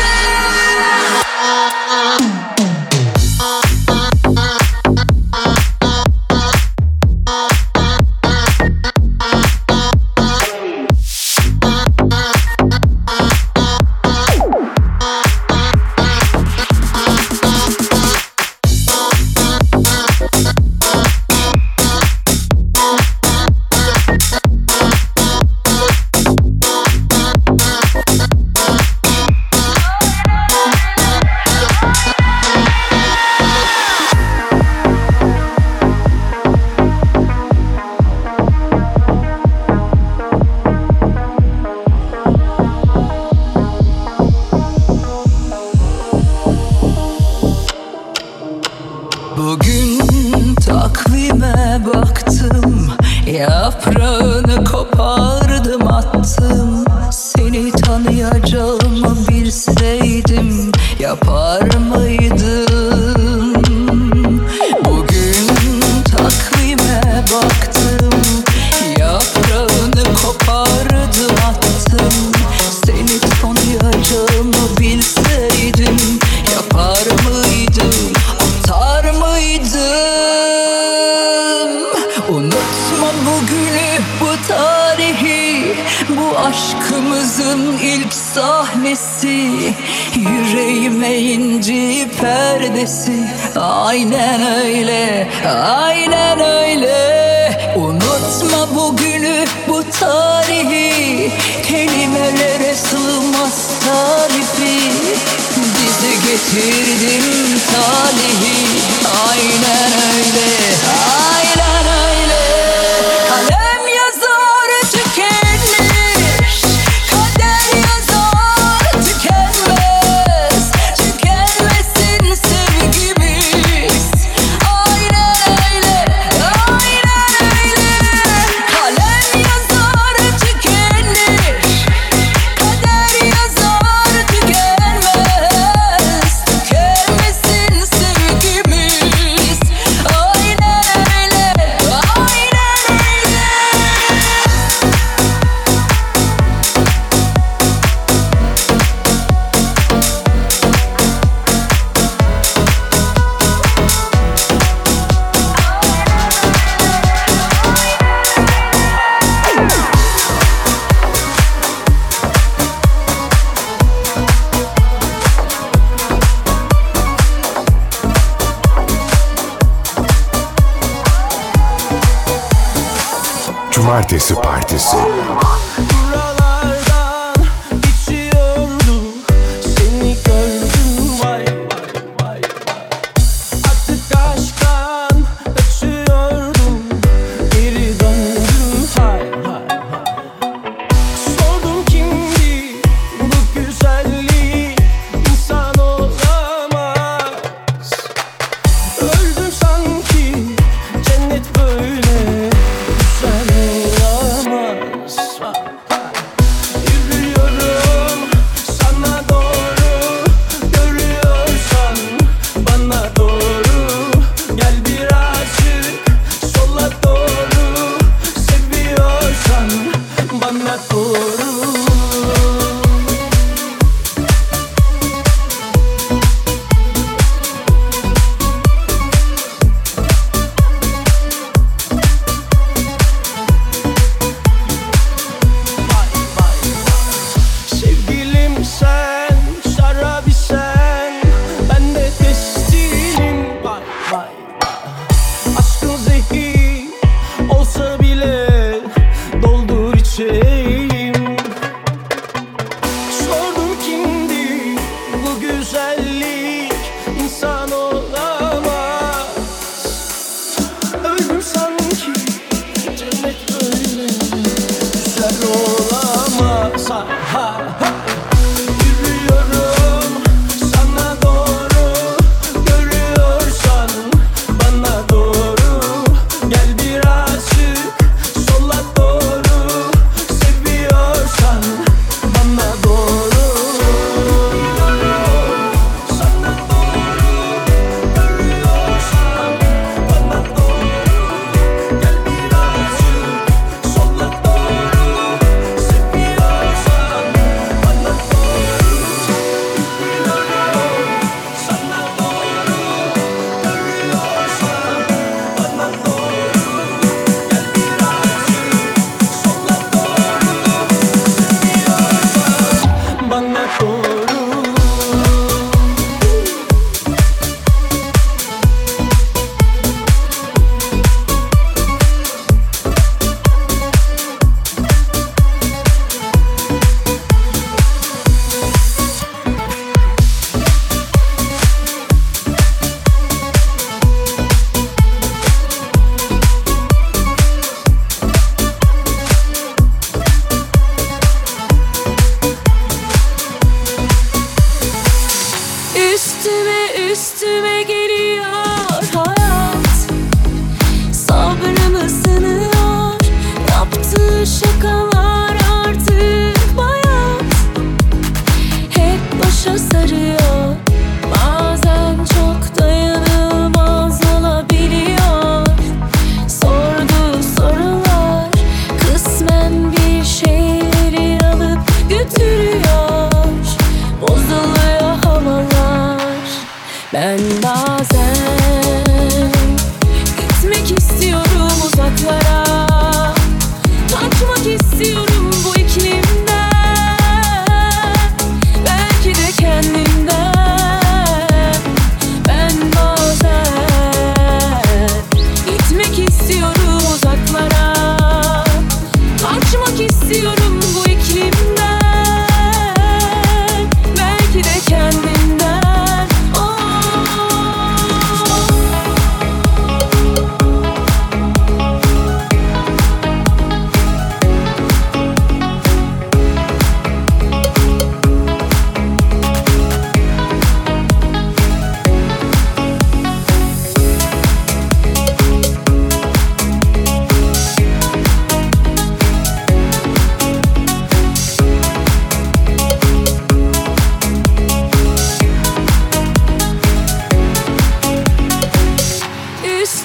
Speaker 13: Bugün takvime baktım, yaprağını kopardım attım. Seni tanıyacağımı bilseydim yapar mıydım? Bugün takvime baktım, yaprağını kopardım attım. Seni tanıyacağımı bilseydim yapar mıydım? Atar mıydım? Unutma bugünü, bu tarihi, bu aşkımızın ilk sahnesi. Yüreğime inci perdesi. Aynen öyle, aynen öyle. Unutma bugünü, bu tarihi, kelimelere sığmaz tarifi. Dizi getirdim talihi. Aynen öyle, aynen öyle. Kalem yazar tükenir, kader yazar tükenmez. Tükenmesin sevgimiz. Aynen öyle, aynen öyle. Kalem yazar tükenir, kader yazar tükenmez. Tükenmesin sevgimiz. Aynen öyle, aynen öyle.
Speaker 1: Cumartesi Partisi.
Speaker 14: Buralardan geçiyordum, seni gördüm, vay vay vay. Artık aşktan kaçıyordum, geri döndüm, hay hay hay. Sordum kimdi bu güzelliği, insan olamaz. Öldüm sanki, cennet böyle güzel olamaz.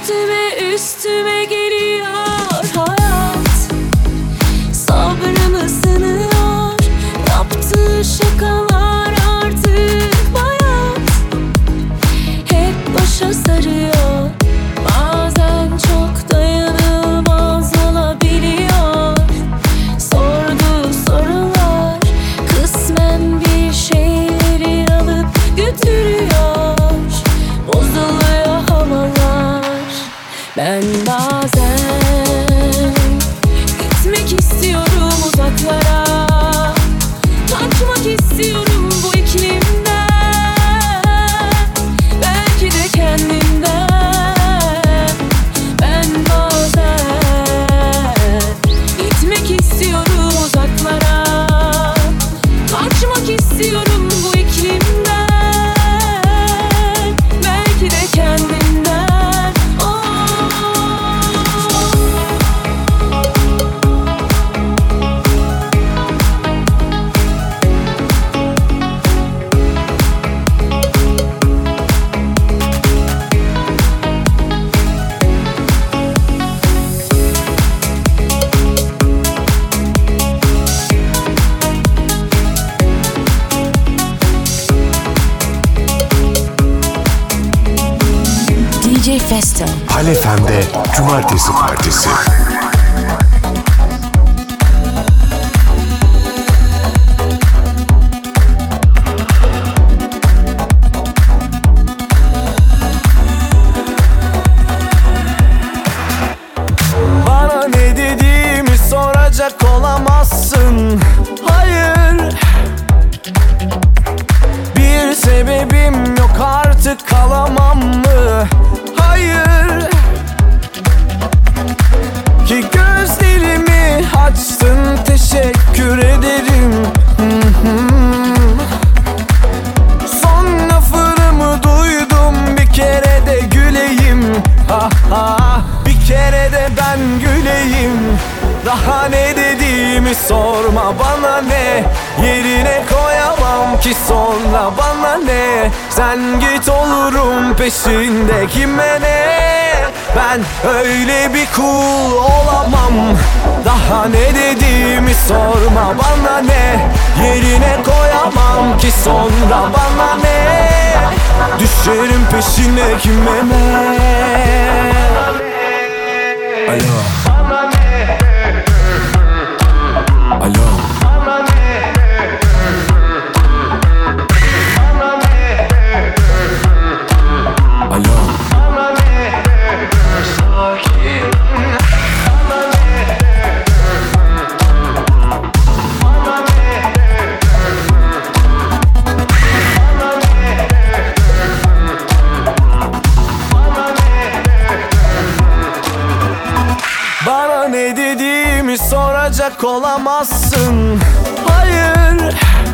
Speaker 8: Üstüme üstüme geliyor hayat, sabrımı sınıyor, yaptığı şakalar artık bayat. Hep başa sarıyor, bazen çok dayanılmaz olabiliyor. Sorduğu sorular kısmen bir şeyleri alıp götürüyor. Bozuluyor havalar. Ben bazen gitmek istiyorum uzaklara, kaçmak istiyorum bu iklimden, belki de kendimden. Ben bazen gitmek istiyorum uzaklara, kaçmak istiyorum bu iklimden, belki de kendimden.
Speaker 2: D J Festo.
Speaker 1: Hal F M'de Cumartesi Partisi.
Speaker 14: Bana ne dediğimi soracak olamazsın. Hayır, bir sebebim yok artık, kalamam mı? Hayır, ki gözlerimi açtın, teşekkür ederim. Son lafını duydum, bir kere de güleyim. Ha ha, bir kere de ben güleyim. Daha ne dediğimi sorma, bana ne? Yerine koyamam ki sonra, bana ne? Sen git, olurum peşinde, kime ne? Ben öyle bir cool olamam. Daha ne dediğimi sorma, bana ne? Yerine koyamam ki sonra, bana ne? Düşerim peşine, kime ne? Alo. Alo. Alo. Bana ne dediğimi soracak olamazsın. Hayır,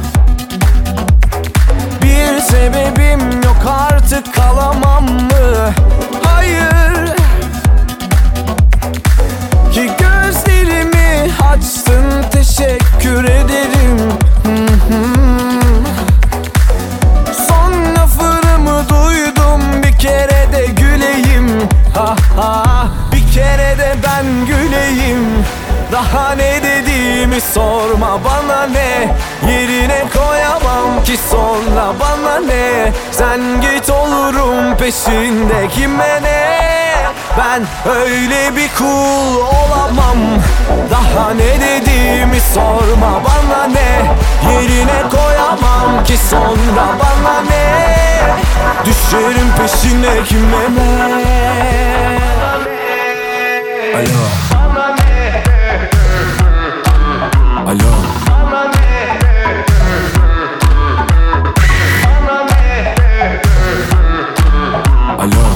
Speaker 14: bir sebebim yok artık, kalamam mı? Hayır, ki gözlerimi açtın, teşekkür ederim. Son lafını duydum, bir kere de güleyim. Ha ha, bir kere de ben güleyim. Daha ne dediğimi sorma, bana ne? Yerine koyamam ki sonra, bana ne? Sen git, olurum peşinde, kime ne? Ben öyle bir cool olamam. Daha ne dediğimi sorma, bana ne? Yerine koyamam ki sonra, bana ne? Düşerim peşine, kime ne? Alo. Alo. Alo.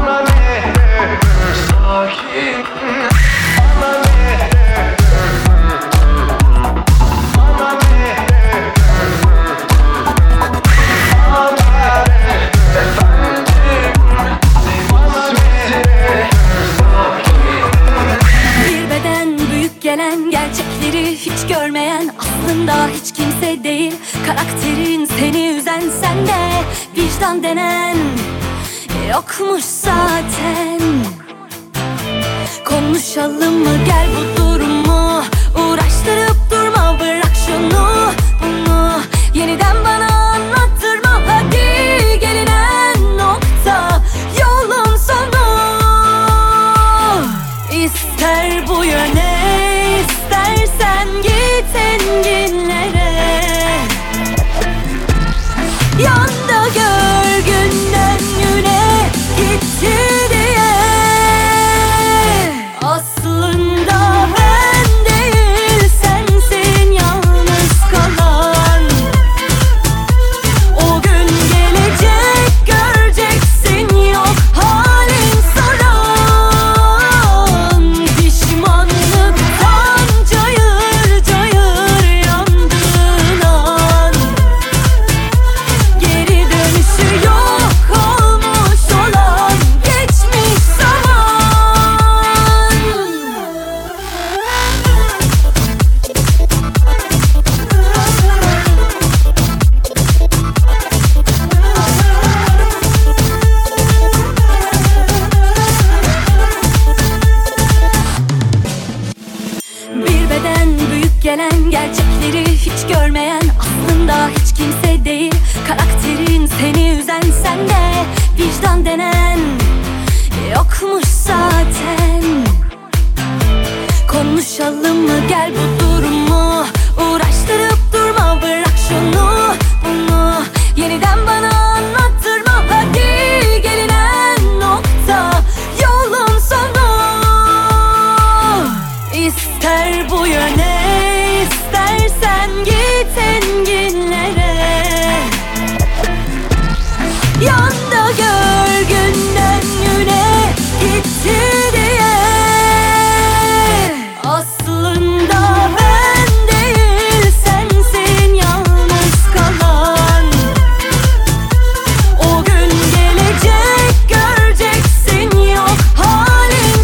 Speaker 8: Bir beden büyük gelen, gerçekleri hiç görmeyen, aslında hiç kimse değil. Karakterin seni üzen, sende vicdan denen yokmuş zaten. Konuşalım mı gel bu durumu, uğraştırıp durma, bırak şunu bunu, yeniden bana anlattırma. Hadi gelinen nokta yolun sonu. İster bu yöne, istersen git enginlere. Yanda gör günden güne gitti diye. Aslında ben değil sensin yalnız kalan. O gün gelecek göreceksin, yok halin soran. Pişmanlıktan cayır cayır yandığın an. Geri dönüşü yok olmuş olan geçmiş zaman. Bir beden büyük gelen, gerçekleri hiç görmeyen, aslında hiç kimse değil karakterin, seni üzen sende vicdan denen yokmuş zaten. Konuşalım mı gel bu durumu, uğraştırıp durma, bırak şunu bunu, yeniden bana anlattırma. Hadi gelinen nokta yolun sonu. İster bu yöne, istersen git enginlere. Yanda gör günden güne gitti diye. Aslında ben değil sensin yalnız kalan. O gün gelecek göreceksin, yok halin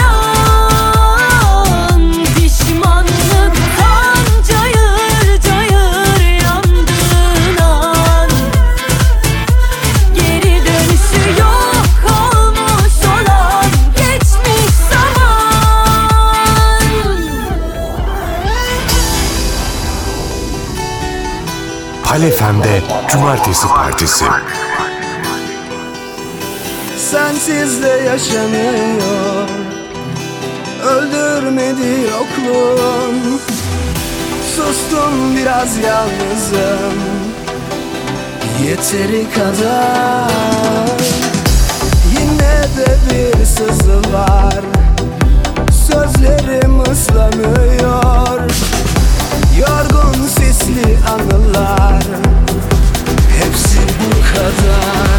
Speaker 8: soran. Pişmanlıktan cayır cayır yandığın an. Geri dönüşü yok olmuş olan geçmiş zaman.
Speaker 1: Pal F M'de Cumartesi Partisi.
Speaker 14: Sensiz de yaşanıyor, öldürmedi yokluğun. Sustum biraz yalnızım, yeteri kadar. Yine de bir sızı var, sözlerim ıslanıyor. Yorgun sisli anılar, hepsi bu kadar.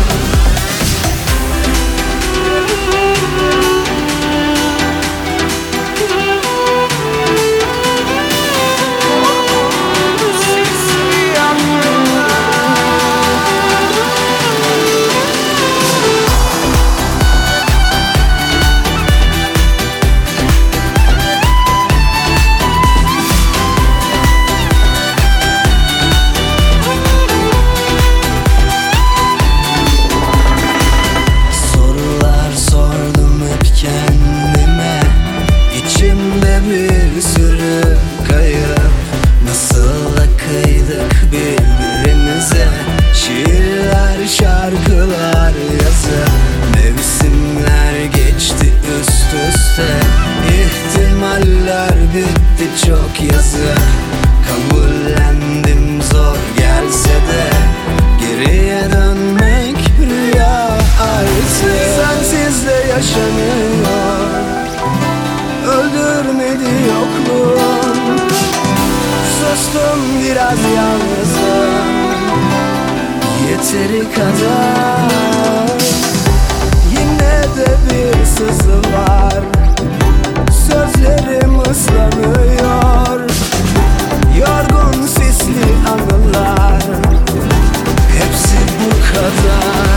Speaker 14: Sorular sordum hep kendime, içimde bir sürü kayıp. Nasıl da kıydık birbirimize, şiirler şarkılar yazıp mevsimler geçti üst üste. İhtimaller bitti çok yazık, kabullendim zor gelse de. Geriye dönmek rüya artık. Sensiz de yaşanıyor, öldürmedi yokluğun. Sustum biraz yalnızım, yeteri kadar. Yine de bir sızı var, sözlerim ıslanıyor. Yorgun sisli anılar, hepsi bu kadar.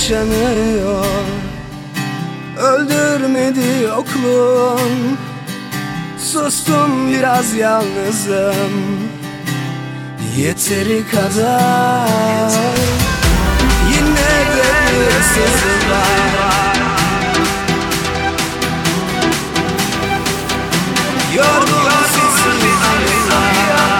Speaker 14: yaşanıyor. Öldürmedi yokluğun, sustum biraz yalnızım. Yeteri kadar. Yine de bir sızı var. Yorgun sesini anla.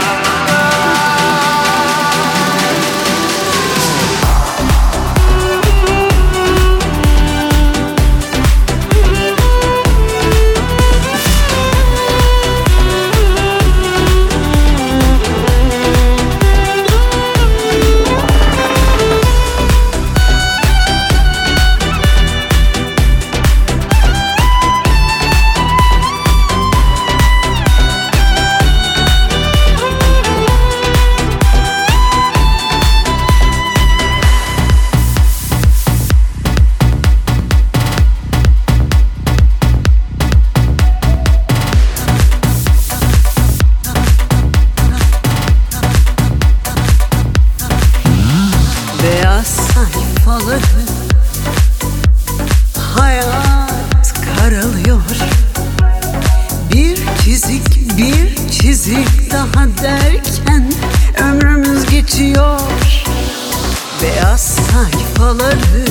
Speaker 15: Hayat karalıyor. Bir çizik bir çizik daha derken ömrümüz geçiyor. Beyaz sayfaları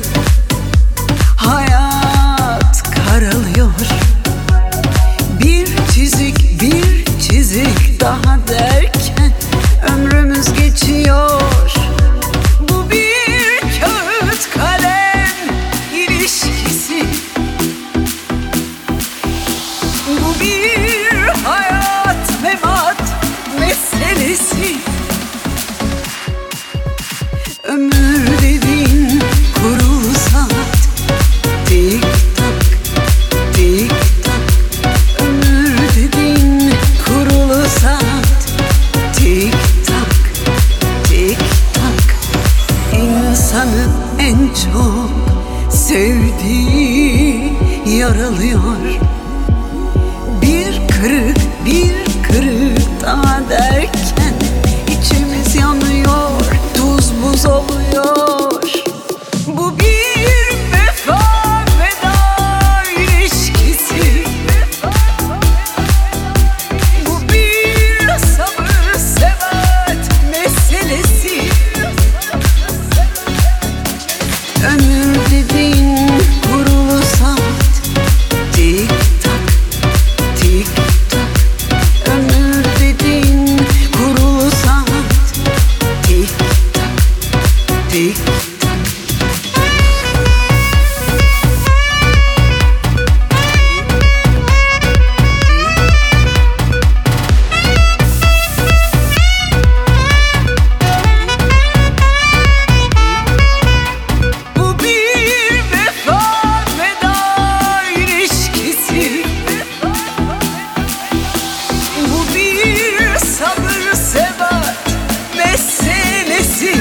Speaker 15: hayat karalıyor. Bir çizik bir çizik daha derken ömrümüz geçiyor. Bu bir kağıt kalem ilişkisi. Bu bir hayat memat meselesi. Ömür dediğin kurulu saat, tik tak tik tak. Ömür dediğin kurulu saat, tik tak tik tak. İnsanı en çok sevdiği yaralıyor. Bir kırık bir kırık daha derken içimiz yanıyor, tuz buz oluyor. Bu bir vefa veda ilişkisi. Bu bir sabır sebat meselesi. Ömür dediğin kurulu saat, tik tak tik tak. Ömür dediğin kurulu saat, tik tak tik tak. Bu bir vefa veda ilişkisi. Bu bir sabır sebat meselesi.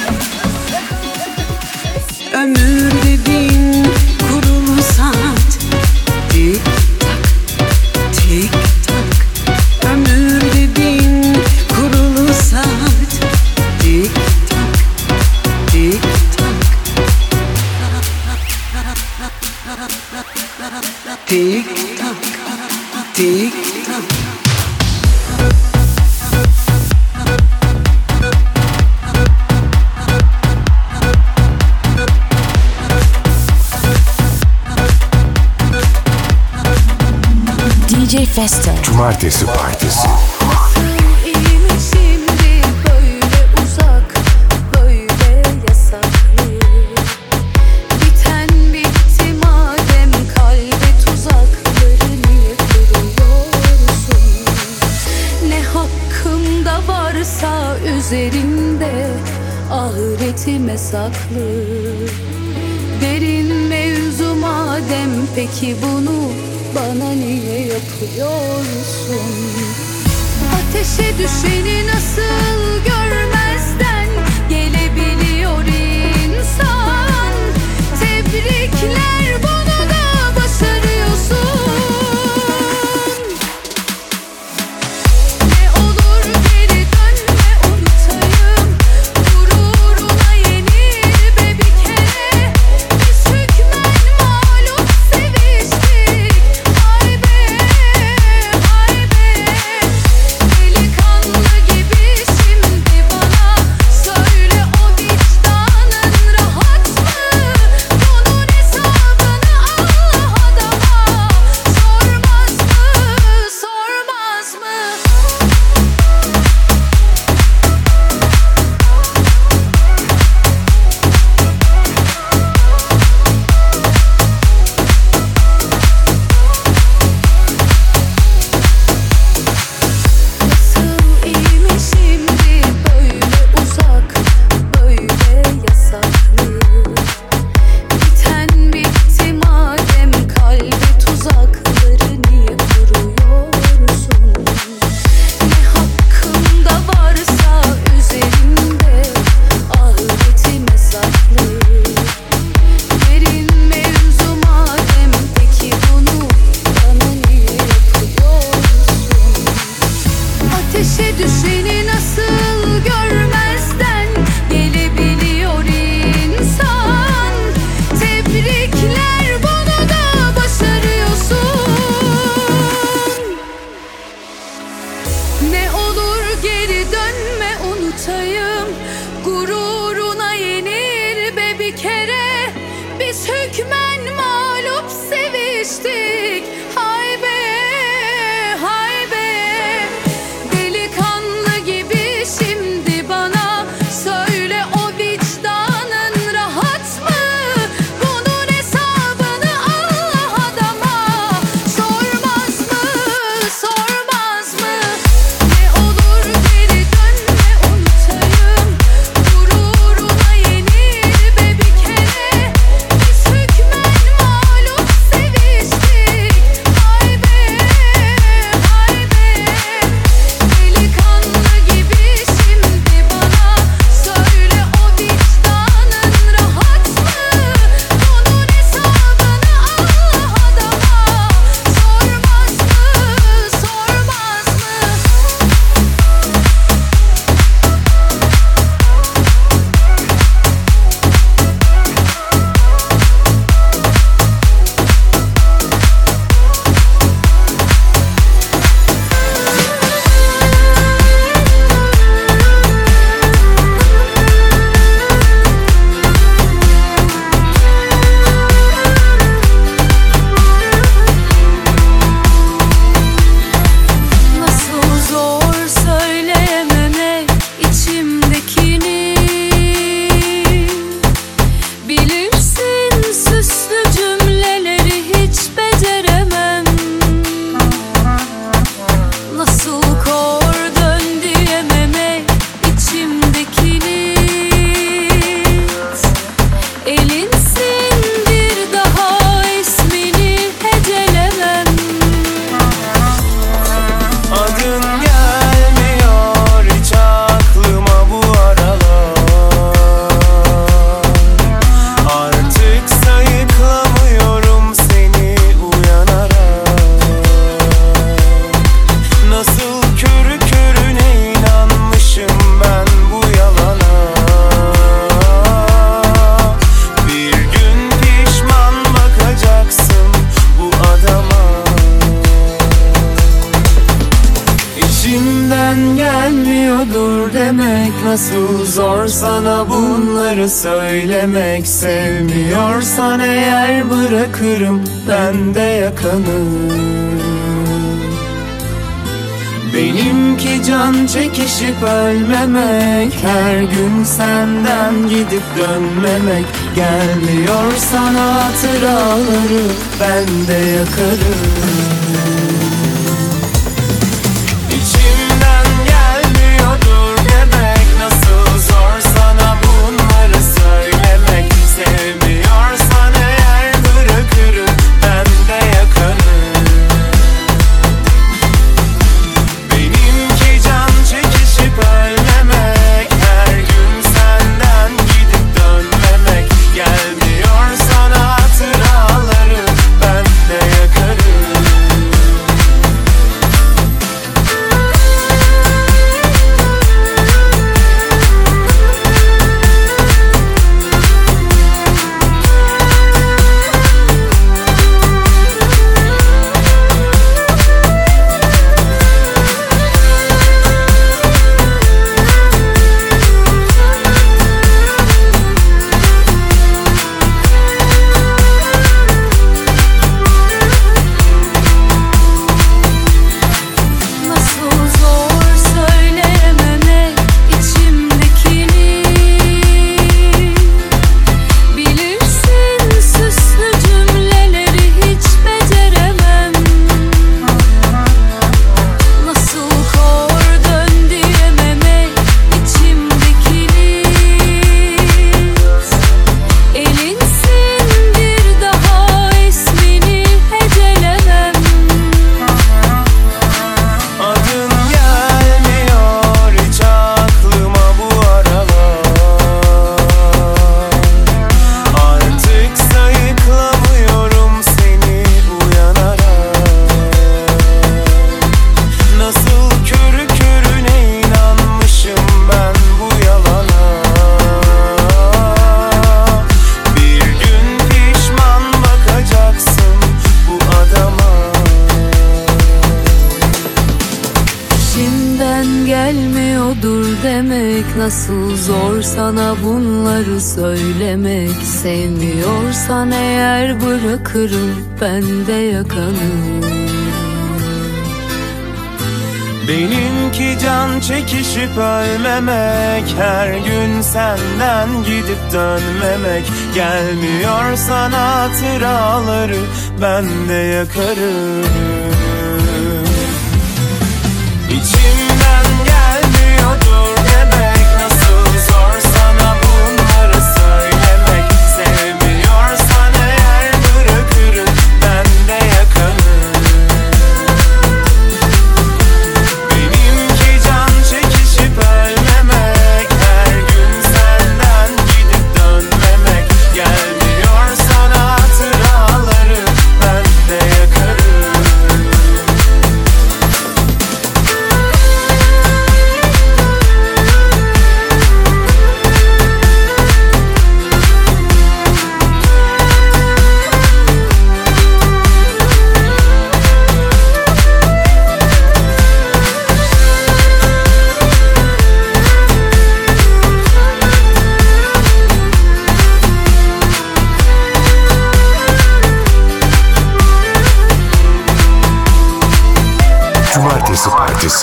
Speaker 15: Ömür dediğin kurulu saat, tik tak tik tak. Ömür dediğin kurulu saat, tik tak tik tak tik tak tik tak.
Speaker 2: D J Festo.
Speaker 1: Cumartesi Partisi.
Speaker 7: İyi mi şimdi böyle uzak, böyle yasaklı? Biten bitti madem kalbe tuzakları niye kuruyorsun? Ne hakkımda varsa üzerimde ahiretime saklı. Derin mevzu madem peki bunu bana niye yapıyorsun? Ateşe düşeni nasıl görmezden gelebiliyor insan? Tebrikler, bunu da başarıyorsun. Ne olur geri dönme, unutayım. Gururuna yenil be bir kere. Biz hükmen mağlup seviştik. Hay be, hay be. Delikanlı gibi şimdi bana söyle, o vicdanın rahat mı? Bunun hesabını Allah adama sormaz mı, sormaz mı? Ne olur geri dönme, unutayım. Gururuna yenir be bir kere. Biz hükmen mağlup seviştik. Hay be, hay be. Delikanlı gibi şimdi bana söyle, o vicdanın rahat mı? Bunun hesabını Allah adama sormaz mı, sormaz mı? Nasıl zor söyleyememek içimdekini. Bilirsin süslü cümleleri hiç beceremem. Nasıl kor dön diyememek içimdekini. Elinsin bir daha ismini hecelemem.
Speaker 14: Adın gelmiyor hiç aklıma bu aralar. Artık sayıklamıyorum seni uyanarak. Nasıl körü körüne inanmışım ben bu yalana. Bir gün pişman bakacaksın bu adama. İçimden gelmiyordur demek, nasıl zor sana bunları söylemek. Sevmiyorsan eğer bırakırım ben de yakanı. Benimki can çekişip ölmemek, her gün senden gidip dönmemek. Gelmiyor sana hatıraları ben de yakarım. İçimden gelmiyordur demek, nasıl zor sana bunları söylemek. Sevmiyorsan eğer bırakırım ben de yakarım. Benimki can çekişip ölmemek, her gün senden gidip dönmemek. Gelmiyor sana hatıraları ben de yakarım.
Speaker 7: nasıl zor sana bunları söylemek. Sevmiyorsan eğer bırakırım ben de yakanı.
Speaker 14: Benimki can çekişip ölmemek, her gün senden gidip dönmemek. Gelmiyor sana hatıraları ben de yakarım. İçimden gelmiyordur demek, nasıl zor sana bunları söylemek. Sevmiyorsan eğer bırakırım ben de yakarım. Benimki can çekişip ölmemek, her gün senden gidip dönmemek. Gelmiyor sana hatıraları ben de yakarım.
Speaker 1: Cumartesi Partisi.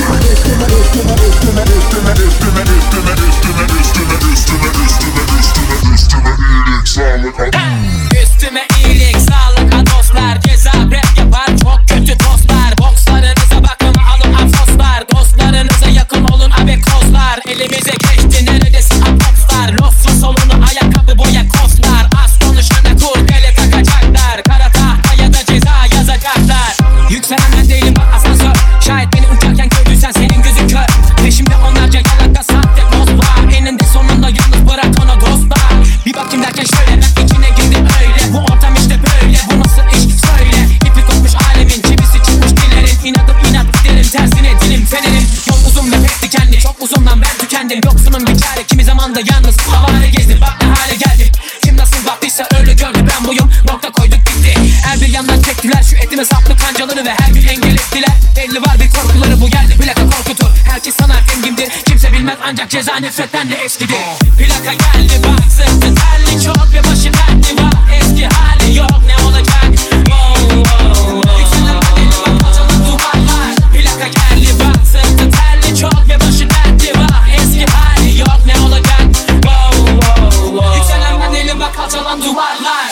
Speaker 16: Üstüme iyilik sağlık ha dostlar. Ceza rap yapar çok kötü tostlar. Bokslarınıza bakın alın afoslar. Dostlarınıza yakın olun abi kozlar. Elimize geçti neredesin apopslar. Lossuz solunu ayakkabı boya kostlar. Az konuşana kurdele takacaklar. Kara tahta ya da ceza yazacaklar. Yükselen ben değilim bak asansör. Şayet beni uçarken gördüysen senin gözün kör. Peşimde onlarca yalaka sahte dostlar. Eninde sonunda yalnız bırak ona dostlar. Bir bakayım derken şöyle ben içine girdim öyle. Bu ortam işte böyle, bu nasıl iş söyle. İpi kopmuş alemin, çivisi çıkmış dilerin. İnadım inat derim, tersine dilim fenerim. Yol uzun ve pek dikenli, çok uzundan ben tükendim. Yoksunun bir çare, kimi zaman da yalnız havale gezdim. Bak ne hale geldim. Kim nasıl baktıysa öyle gördü, ben buyum. Nokta koyduk gitti. Her bir yandan çektiler şu etime saplı kancaları ve her gün engel ettiler. Belli var bir korkuları, bu geldi plaka korkutur. Herkes sanar engimdir, kimse bilmez ancak ceza nefretten de eskidir. Plaka geldi bak sırtı terli çok ve başı dertli var. Eski hali yok ne olacak? Wow, wow, wow. Yükselen bedeli bak açılan duvarlar. Plaka geldi bak sırtı terli çok ve başı dertli var. Eski hali yok ne olacak? Wow, wow, wow. Yükselen bedeli bak açılan duvarlar.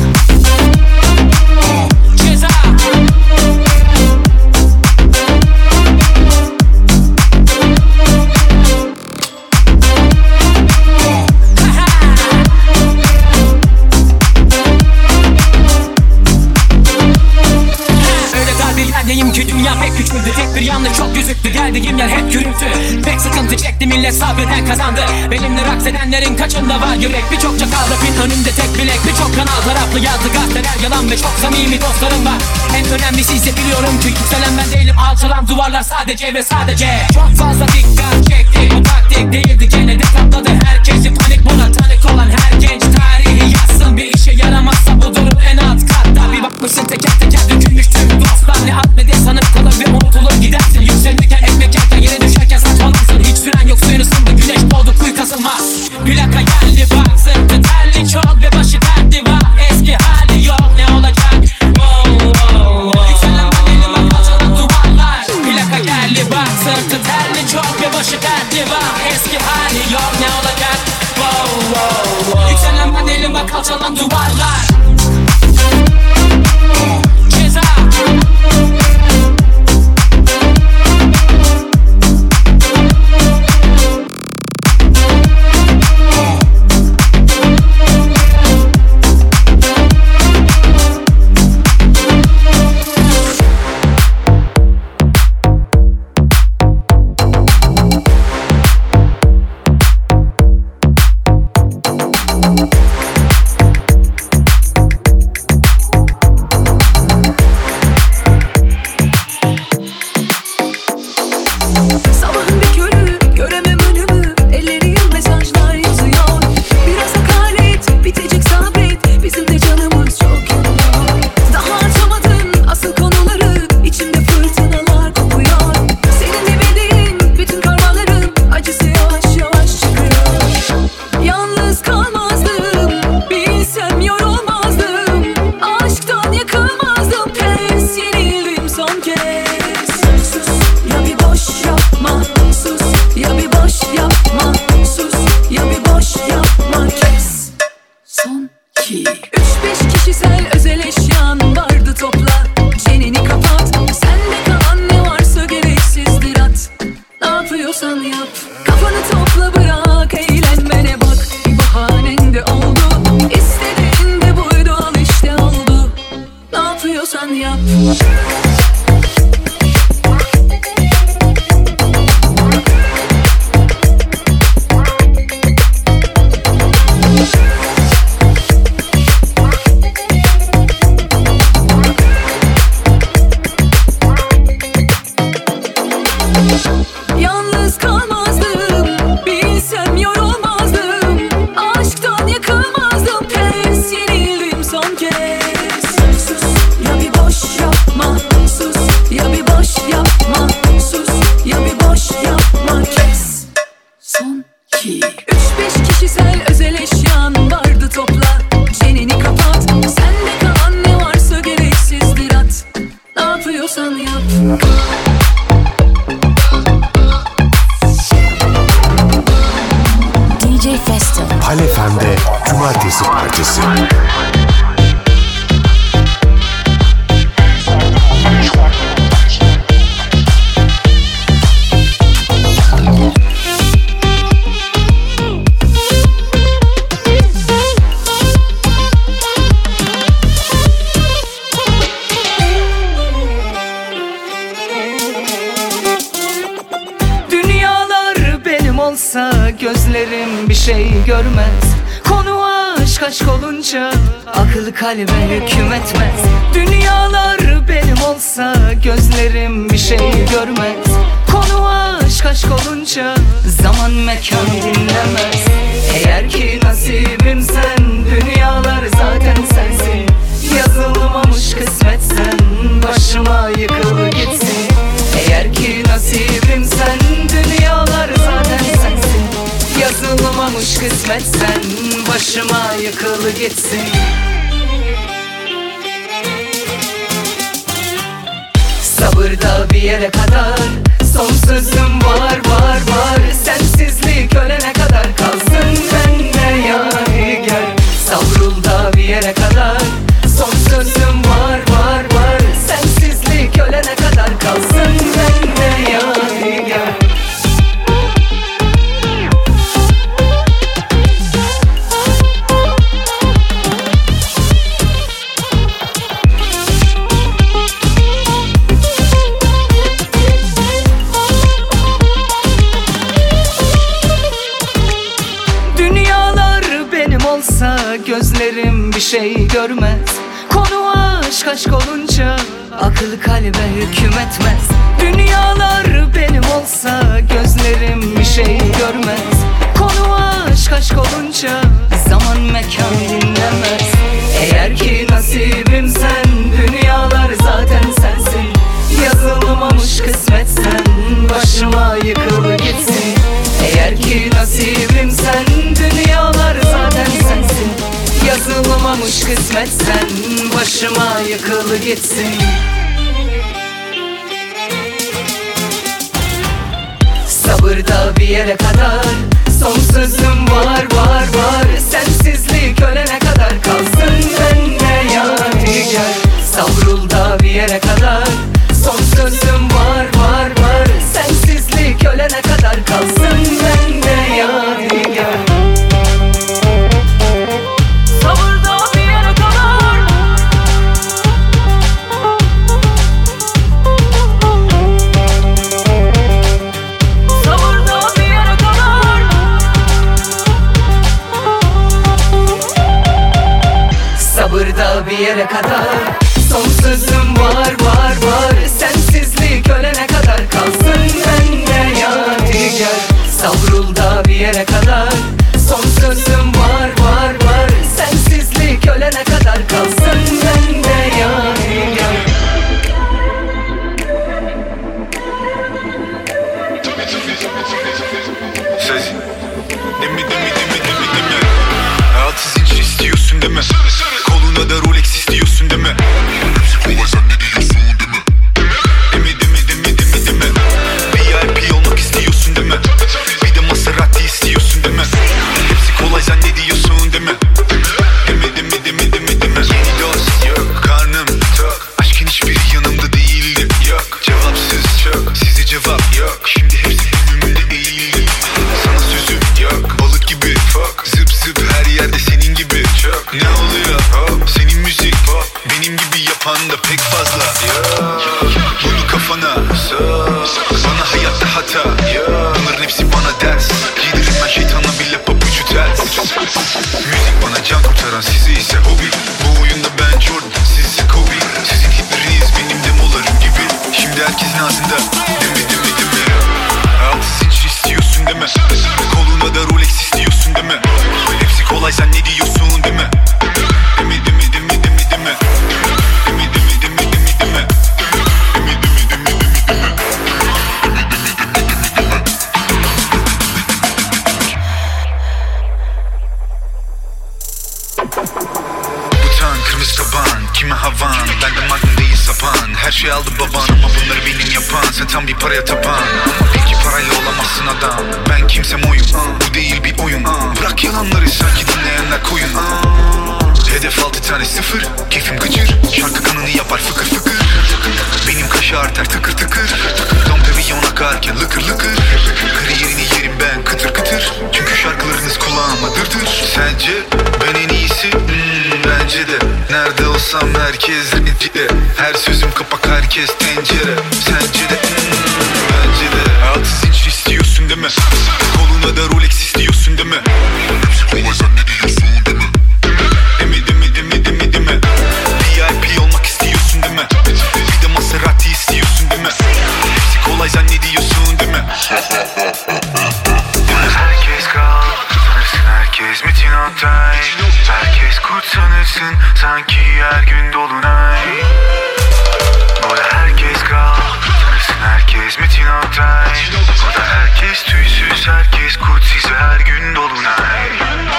Speaker 16: Ceza. Yerdeyim ki dünya pek küçüldü. Tek bir yanlış çok gözüktü. Geldiğim yer hep gürültü. Pek sıkıntı çekti millet sabreden kazandı. Benimle raks edenlerin kaçında var yürek. Birçok çakal rapin önünde tek bilek. Birçok kanal taraflı yazdı gazeteler yalan. Ve çok samimi dostlarım var. En önemlisi ise biliyorum ki yükselen ben değilim. Alçalan duvarlar sadece ve sadece. Çok fazla dikkat çekti. Bu taktik değildi gene de katladı herkesi. Panik buna tanık olan her genç tarihi yazsın. Bir işe yaramazsa bu durum en alt katta. Bir bakmışsın teker teker dökülmüş tüm dostlar. Ne at ne de sanıp kalır ve unutulur gidersin. Yükselirken ekmek yerken yere düşerken saçmalarsın. Hiç süren yok suyun ısındı güneş doğdu kuyu kazılmaz. Plaka geldi bak sırtı terli çok ve başı dertli var. Eski hali yok ne olacak? Wow, wow, wow. Yükselen bedeli bak açılan duvarlar. Plaka geldi bak sırtı terli çok ve başı dertli var. Eski hali yok ne olacak? Wow, wow, wow. Yükselen bedeli bak açılan duvarlar. Ceza.
Speaker 8: kişisel özel eşyan vardı topla. Çeneni kapat, sende kalan ne varsa gereksizdir at. Ne yapıyorsan yap, kafanı topla bırak, eğlenmene bak. Bir bahanen de oldu, istediğin de buydu, al işte oldu. Ne yapıyorsan yap. Yalnız kalmazdım, bilsem yorulmazdım. Aşktan yakılmazdım, pes, yenildim son kez. Sus, ya bir boş yapma, sus, ya bir boş yapma, sus, ya bir boş yapma, kes. Son iki. Üç beş kişisel özel eşyan vardı topla. Çeneni kapat, sende kalan ne varsa gereksizdir at. Ne yapıyorsan yap.
Speaker 2: D J Festo.
Speaker 1: Pal F M'de Cumartesi Partisi.
Speaker 6: Dünyalar benim olsa gözlerim bir şey görmez. Konu aşk aşk olunca akıl kalbe hüküm etmez. Dünyalar benim olsa gözlerim bir şey görmez. Konu aşk aşk olunca zaman mekan dinlemez. Eğer ki nasibim sen, dünyalar zaten sensin. Yazılmamış kısmetsen, başıma yıkıl gitsin. Eğer ki nasibim sen, dünyalar zaten sensin. Yazılmamış kısmetsen, başıma yıkıl gitsin. Sabırda bir yere kadar, son sözüm var var var. Sensizlik ölene kadar kalsın bende yadigar. Savrul da bir yere kadar, son sözüm var var var. Sensizlik ölene kadar kalsın bende yadigar. Dünyalar benim olsa gözlerim bir şey görmez. Konu aşk aşk olunca akıl kalbe hüküm etmez. Dünyalar benim olsa gözlerim bir şey görmez. Konu aşk aşk olunca zaman mekan dinlemez. Eğer ki nasibim sen, dünyalar zaten sensin. Yazılmamış kısmetsen, başıma yıkıl gitsin. Eğer ki nasibim sen, dünyalar zaten sensin. Yazılmamış kısmetsen, başıma yıkıl gitsin. Sabırda bir yere kadar, son sözüm var var var. Sensizlik ölene kadar kalsın bende yadigar. Savrul da bir yere kadar, son sözüm var var var. Sensizlik ölene kadar kalsın bende yadigar. Sabırda bir yere kadar, sabırda bir yere kadar. Sabırda bir yere kadar, son sözüm var var var. Sensizlik ölene kadar kalsın bende yadigar. Savrul da bir yere kadar, son sözüm var var var. Sensizlik ölene kadar kalsın bende yadigar.
Speaker 11: Söz Demi demi demi demi demi Hayatı zincir istiyorsun deme. Koluna da Rolex istiyorsun deme. Kolay sen ne diyorsun deme. Demi demi demi demi deme. V I P olmak istiyorsun deme. Bir de Maserati istiyorsun deme. Hepsi kolay sen ne diyorsun yapan da pek fazla. Bunu kafana bana hayatta hata. Bunların hepsi bana ders. Giydiririm ben şeytana bile pabucu ters. Müzik bana can kurtaran, sizi ise hobi. Bu oyunda ben Jordan, siz ise Kobe. Sizin hitleriniz benim demolarım gibi. Şimdi herkesin ağzında demi demi demi. Altı zincir istiyorsun deme. Koluna da Rolex istiyorsun deme. Hepsi kolay, sen ne diyorsun deme. Demi demi demi demi deme. Demi demi demi demi deme. Demi demi demi demi deme. Butan, kırmızı taban, kime havan? Bende magnum değil sapan. Her şey aldı baban ama bunları benim yapan. Sen tam bir paraya tapan ama belki parayla olamazsın adam. Ben kimsem oyun, bu değil bir oyun. Bırak yalanları, sanki dinleyenler koyun. Hedef altı tane sıfır, keyfim gıcır. Şarkı kanını yapar fıkır fıkır. Benim kaşı arter tıkır tıkır. Dom Perignon akarken lıkır lıkır. Kariyerini yerim ben kıtır kıtır. Çünkü şarkılarınız kulağıma dırdır. Sence ben en iyisi? Hmm, bence de. Nerede olsam herkes renkli. Her sözüm kapak, herkes tencere. Sence de? Hmm, bence de. Altı zincir istiyorsun deme. Koluna da Rolex istiyorsun deme. Ama sen ne diyorsun deme. Demi demi demi demi deme. V I P olmak istiyorsun deme. Bir de Maserati istiyorsun deme. Hepsi kolay, sen ne diyorsun deme. Herkes kal, tanırsın herkes mitin otay. Herkes kurt sanırsın sanki her gün dolunay. Burada herkes kal, tanırsın herkes mitin otay. Burada herkes tüysüz, herkes kurt, size her gün dolunay.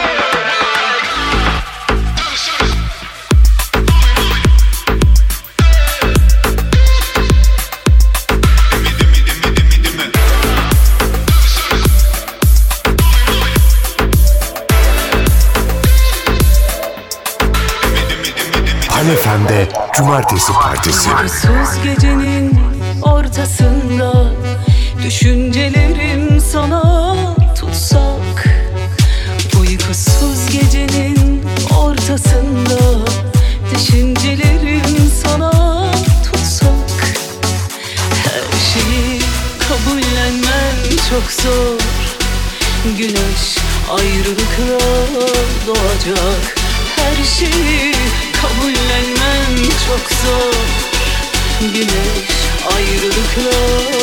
Speaker 1: Hanefem'de Cumartesi Partisi.
Speaker 9: Uykusuz gecenin ortasında düşüncelerim sana tutsak. Uykusuz gecenin ortasında düşüncelerim sana tutsak. Her şeyi kabullenmem çok zor. Güneş ayrılıkla doğacak. Her şeyi kabullenmem çok zor. Güneş ayrılıkla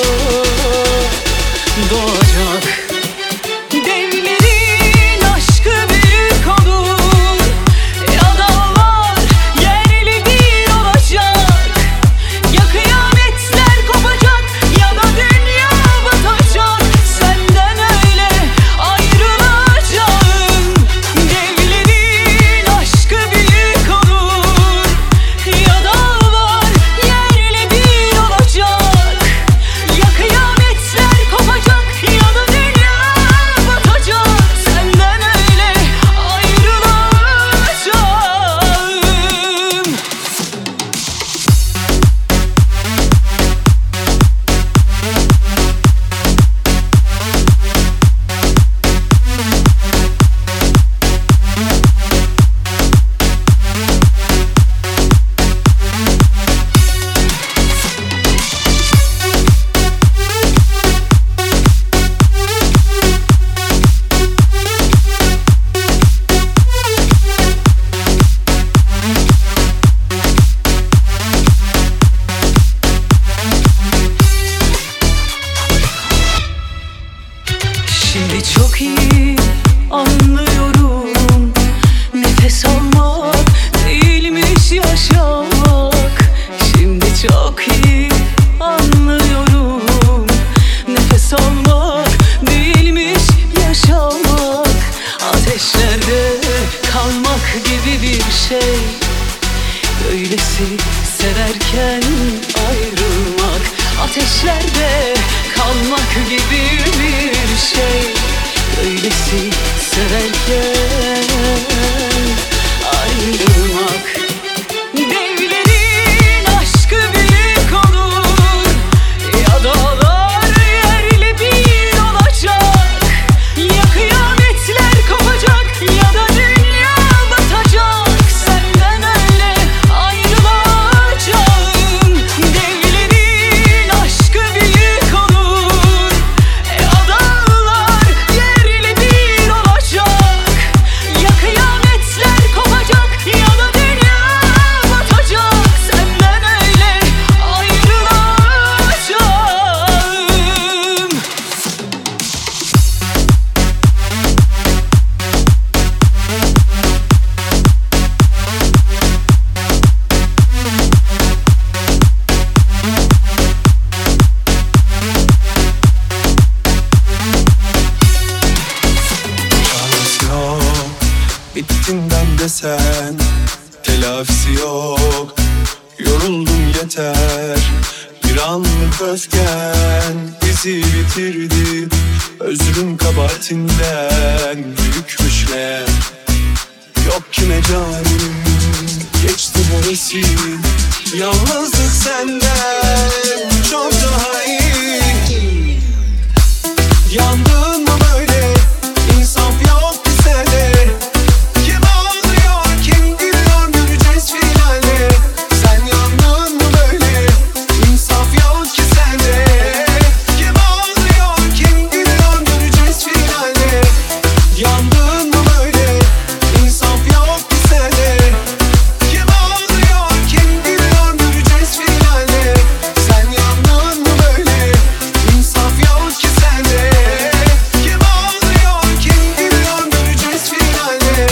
Speaker 9: doğacak. Devlerin aşkı büyük olur. Ya dağlar yerli bir olacak. Ya kıyametler kopacak ya da dünya batacak. Senden öyle ayrılacağım. Devlerin aşkı büyük olur. Ya dağlar yerli bir olacak. Ya kıyametler kopacak ya da dünya batacak. Senden öyle ayrılacağım. Şimdi çok iyi anlıyorum. Nefes almak değilmiş yaşamak. Şimdi çok iyi anlıyorum. Nefes almak değilmiş yaşamak. Ateşlerde kalmak gibi bir şey. Böylesi severken ayrılmak. Ateşlerde kalmak gibi bir şey. Böylesi severken ayrılmak. Devlerin aşkı büyük olur. Ya dağlar yerli bir olacak. Ya kıyametler kopacak ya da dünya batacak. Senden öyle ayrılacağım.
Speaker 17: yok. Yoruldum yeter. Bir anlık öfken bizi bitirdi. Özrüm kabahatinden büyükmüş meğer. Yok ki mecalim, geçti hevesi. Yalnızlık senden çok daha iyi. Yandın mı böyle, insaf yok ki sende. Kim ağlıyor, kim gülüyor, göreceğiz finalde. Sen yandın mı böyle, insaf yok ki sende. Kim ağlıyor, kim gülüyor, göreceğiz finalde. Yandın mı böyle, insaf yok ki sende. Kim ağlıyor, kim gülüyor, göreceğiz finalde. Sen yandın mı böyle, insaf yok ki sende. Kim ağlıyor, kim gülüyor, göreceğiz finalde.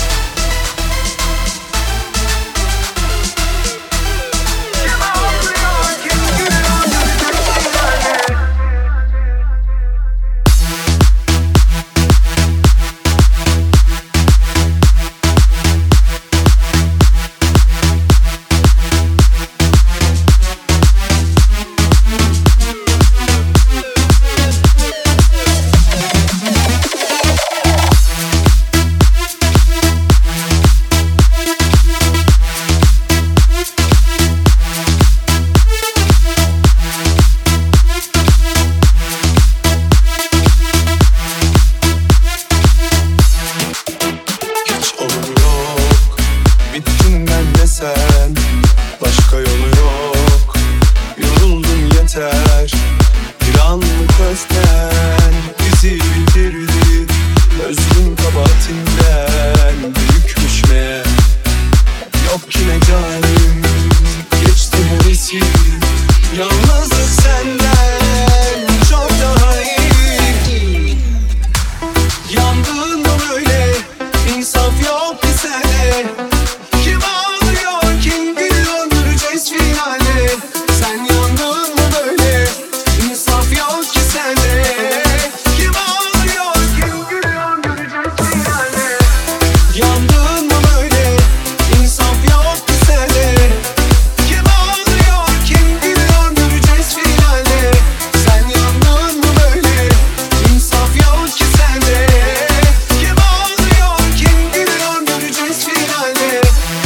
Speaker 17: Hiç olur yok, bittim ben de sen. Başka yolu yok, yoruldum yeter. Bir anlık öfken bizi bitirdi. Özrüm kabahatinden büyükmüş meğer. Yok ki mecalim, geçti hevesi. Yalnızlık senden çok daha iyi. Yandın mı böyle, insaf yok ki sende. Kim ağlıyor, kim gülüyor, göreceğiz finalde. Sen yandın mı böyle, insaf yok ki sende. Kim ağlıyor, kim gülüyor, göreceğiz finalde. Yandın mı böyle, insaf yok ki sende. Kim ağlıyor, kim gülüyor, göreceğiz finalde. Sen yandın mı böyle, insaf yok ki sende. Kim ağlıyor, kim gülüyor, göreceğiz finalde.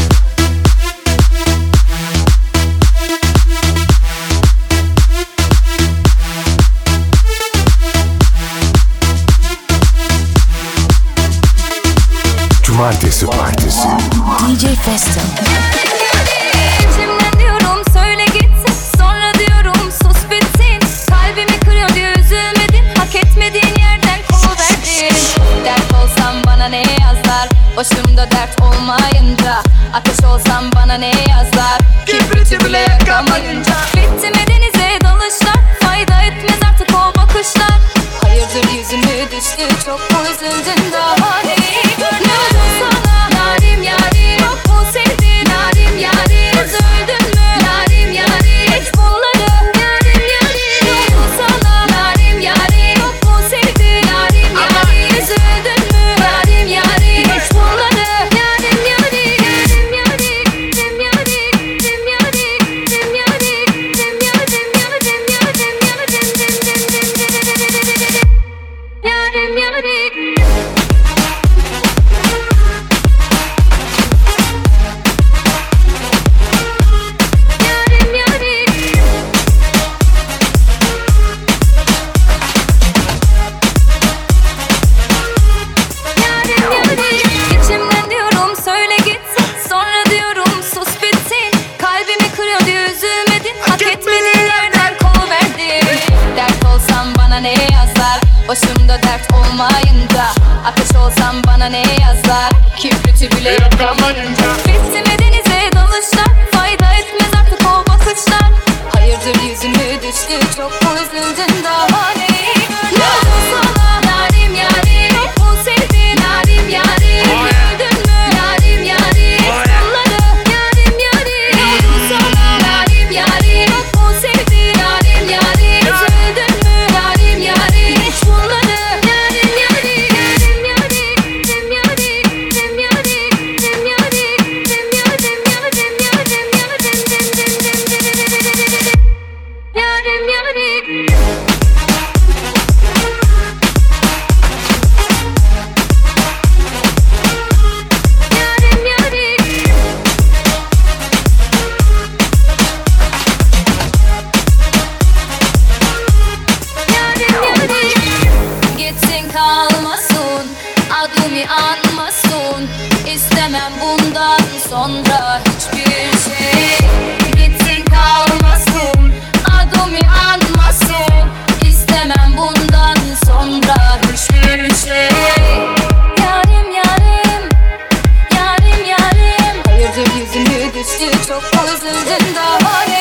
Speaker 1: Cumartesi Partisi.
Speaker 2: D J Festo.
Speaker 7: İçimden diyorum söyle gitsin, sonra diyorum sus bitsin. Kalbimi kırıyor diye üzülmedin, hak etmediğin yerden kovuverdin. Dert olsam bana ne yazar, başımda dert olmayınca. Ateş olsam bana ne yazar, kibriti bile yakamayınca. Bitti mi denize dalışlar, fayda etmez artık o bakışlar. Hayırdır yüzüme düştü, çok mu üzüldün daha ne? Ne oldu sana yarim yarim, çok mu sevdin yarim yarim. Üzüldün mü yarim yarim, hiç bunları yarim yarim. Ne oldu sana yarim yarim, çok mu sevdin yarim yarim. Üzüldün mü yarim yarim, hiç bunları yarim yarim. Yarim yarim, yarim yarim, yarim yarim, yarim yarim, yarim yarim, yarim yarim. İçimden diyorum söyle gitsin, sonra diyorum sus bitsin. Kalbimi kırıyor diye üzülmedin, hak etmediğin yerden kovuverdin. Dert olsam bana ne yazar, başımda dert olmayınca. Ateş olsam bana ne yazar, kibriti bile yakamayınca. Bitti mi denize dalışlar, fayda etmez artık o bakışlar. Hayırdır yüzüme düştü, çok mu üzüldün daha ne? Ne oldu sana yarim yarim, çok mu sevdin yarim yarim. Üzüldün mü yarim yarim, hiç bunları yarim yarim. Ne oldu sana yarim yarim, çok mu sevdin yarim yarim. Üzüldün mü yarim yarim, hiç bunları yarim yarim. Yarim yarim, yarim yarim, yarim yarim, yarim yarim.
Speaker 8: hiçbir şey. Gitsin kalmasın, adımı anmasın. İstemem bundan sonra hiçbir şey. Yarim yarim, yarim yarim. Hayırdır yüzünü düştü, çok üzüldüm daha.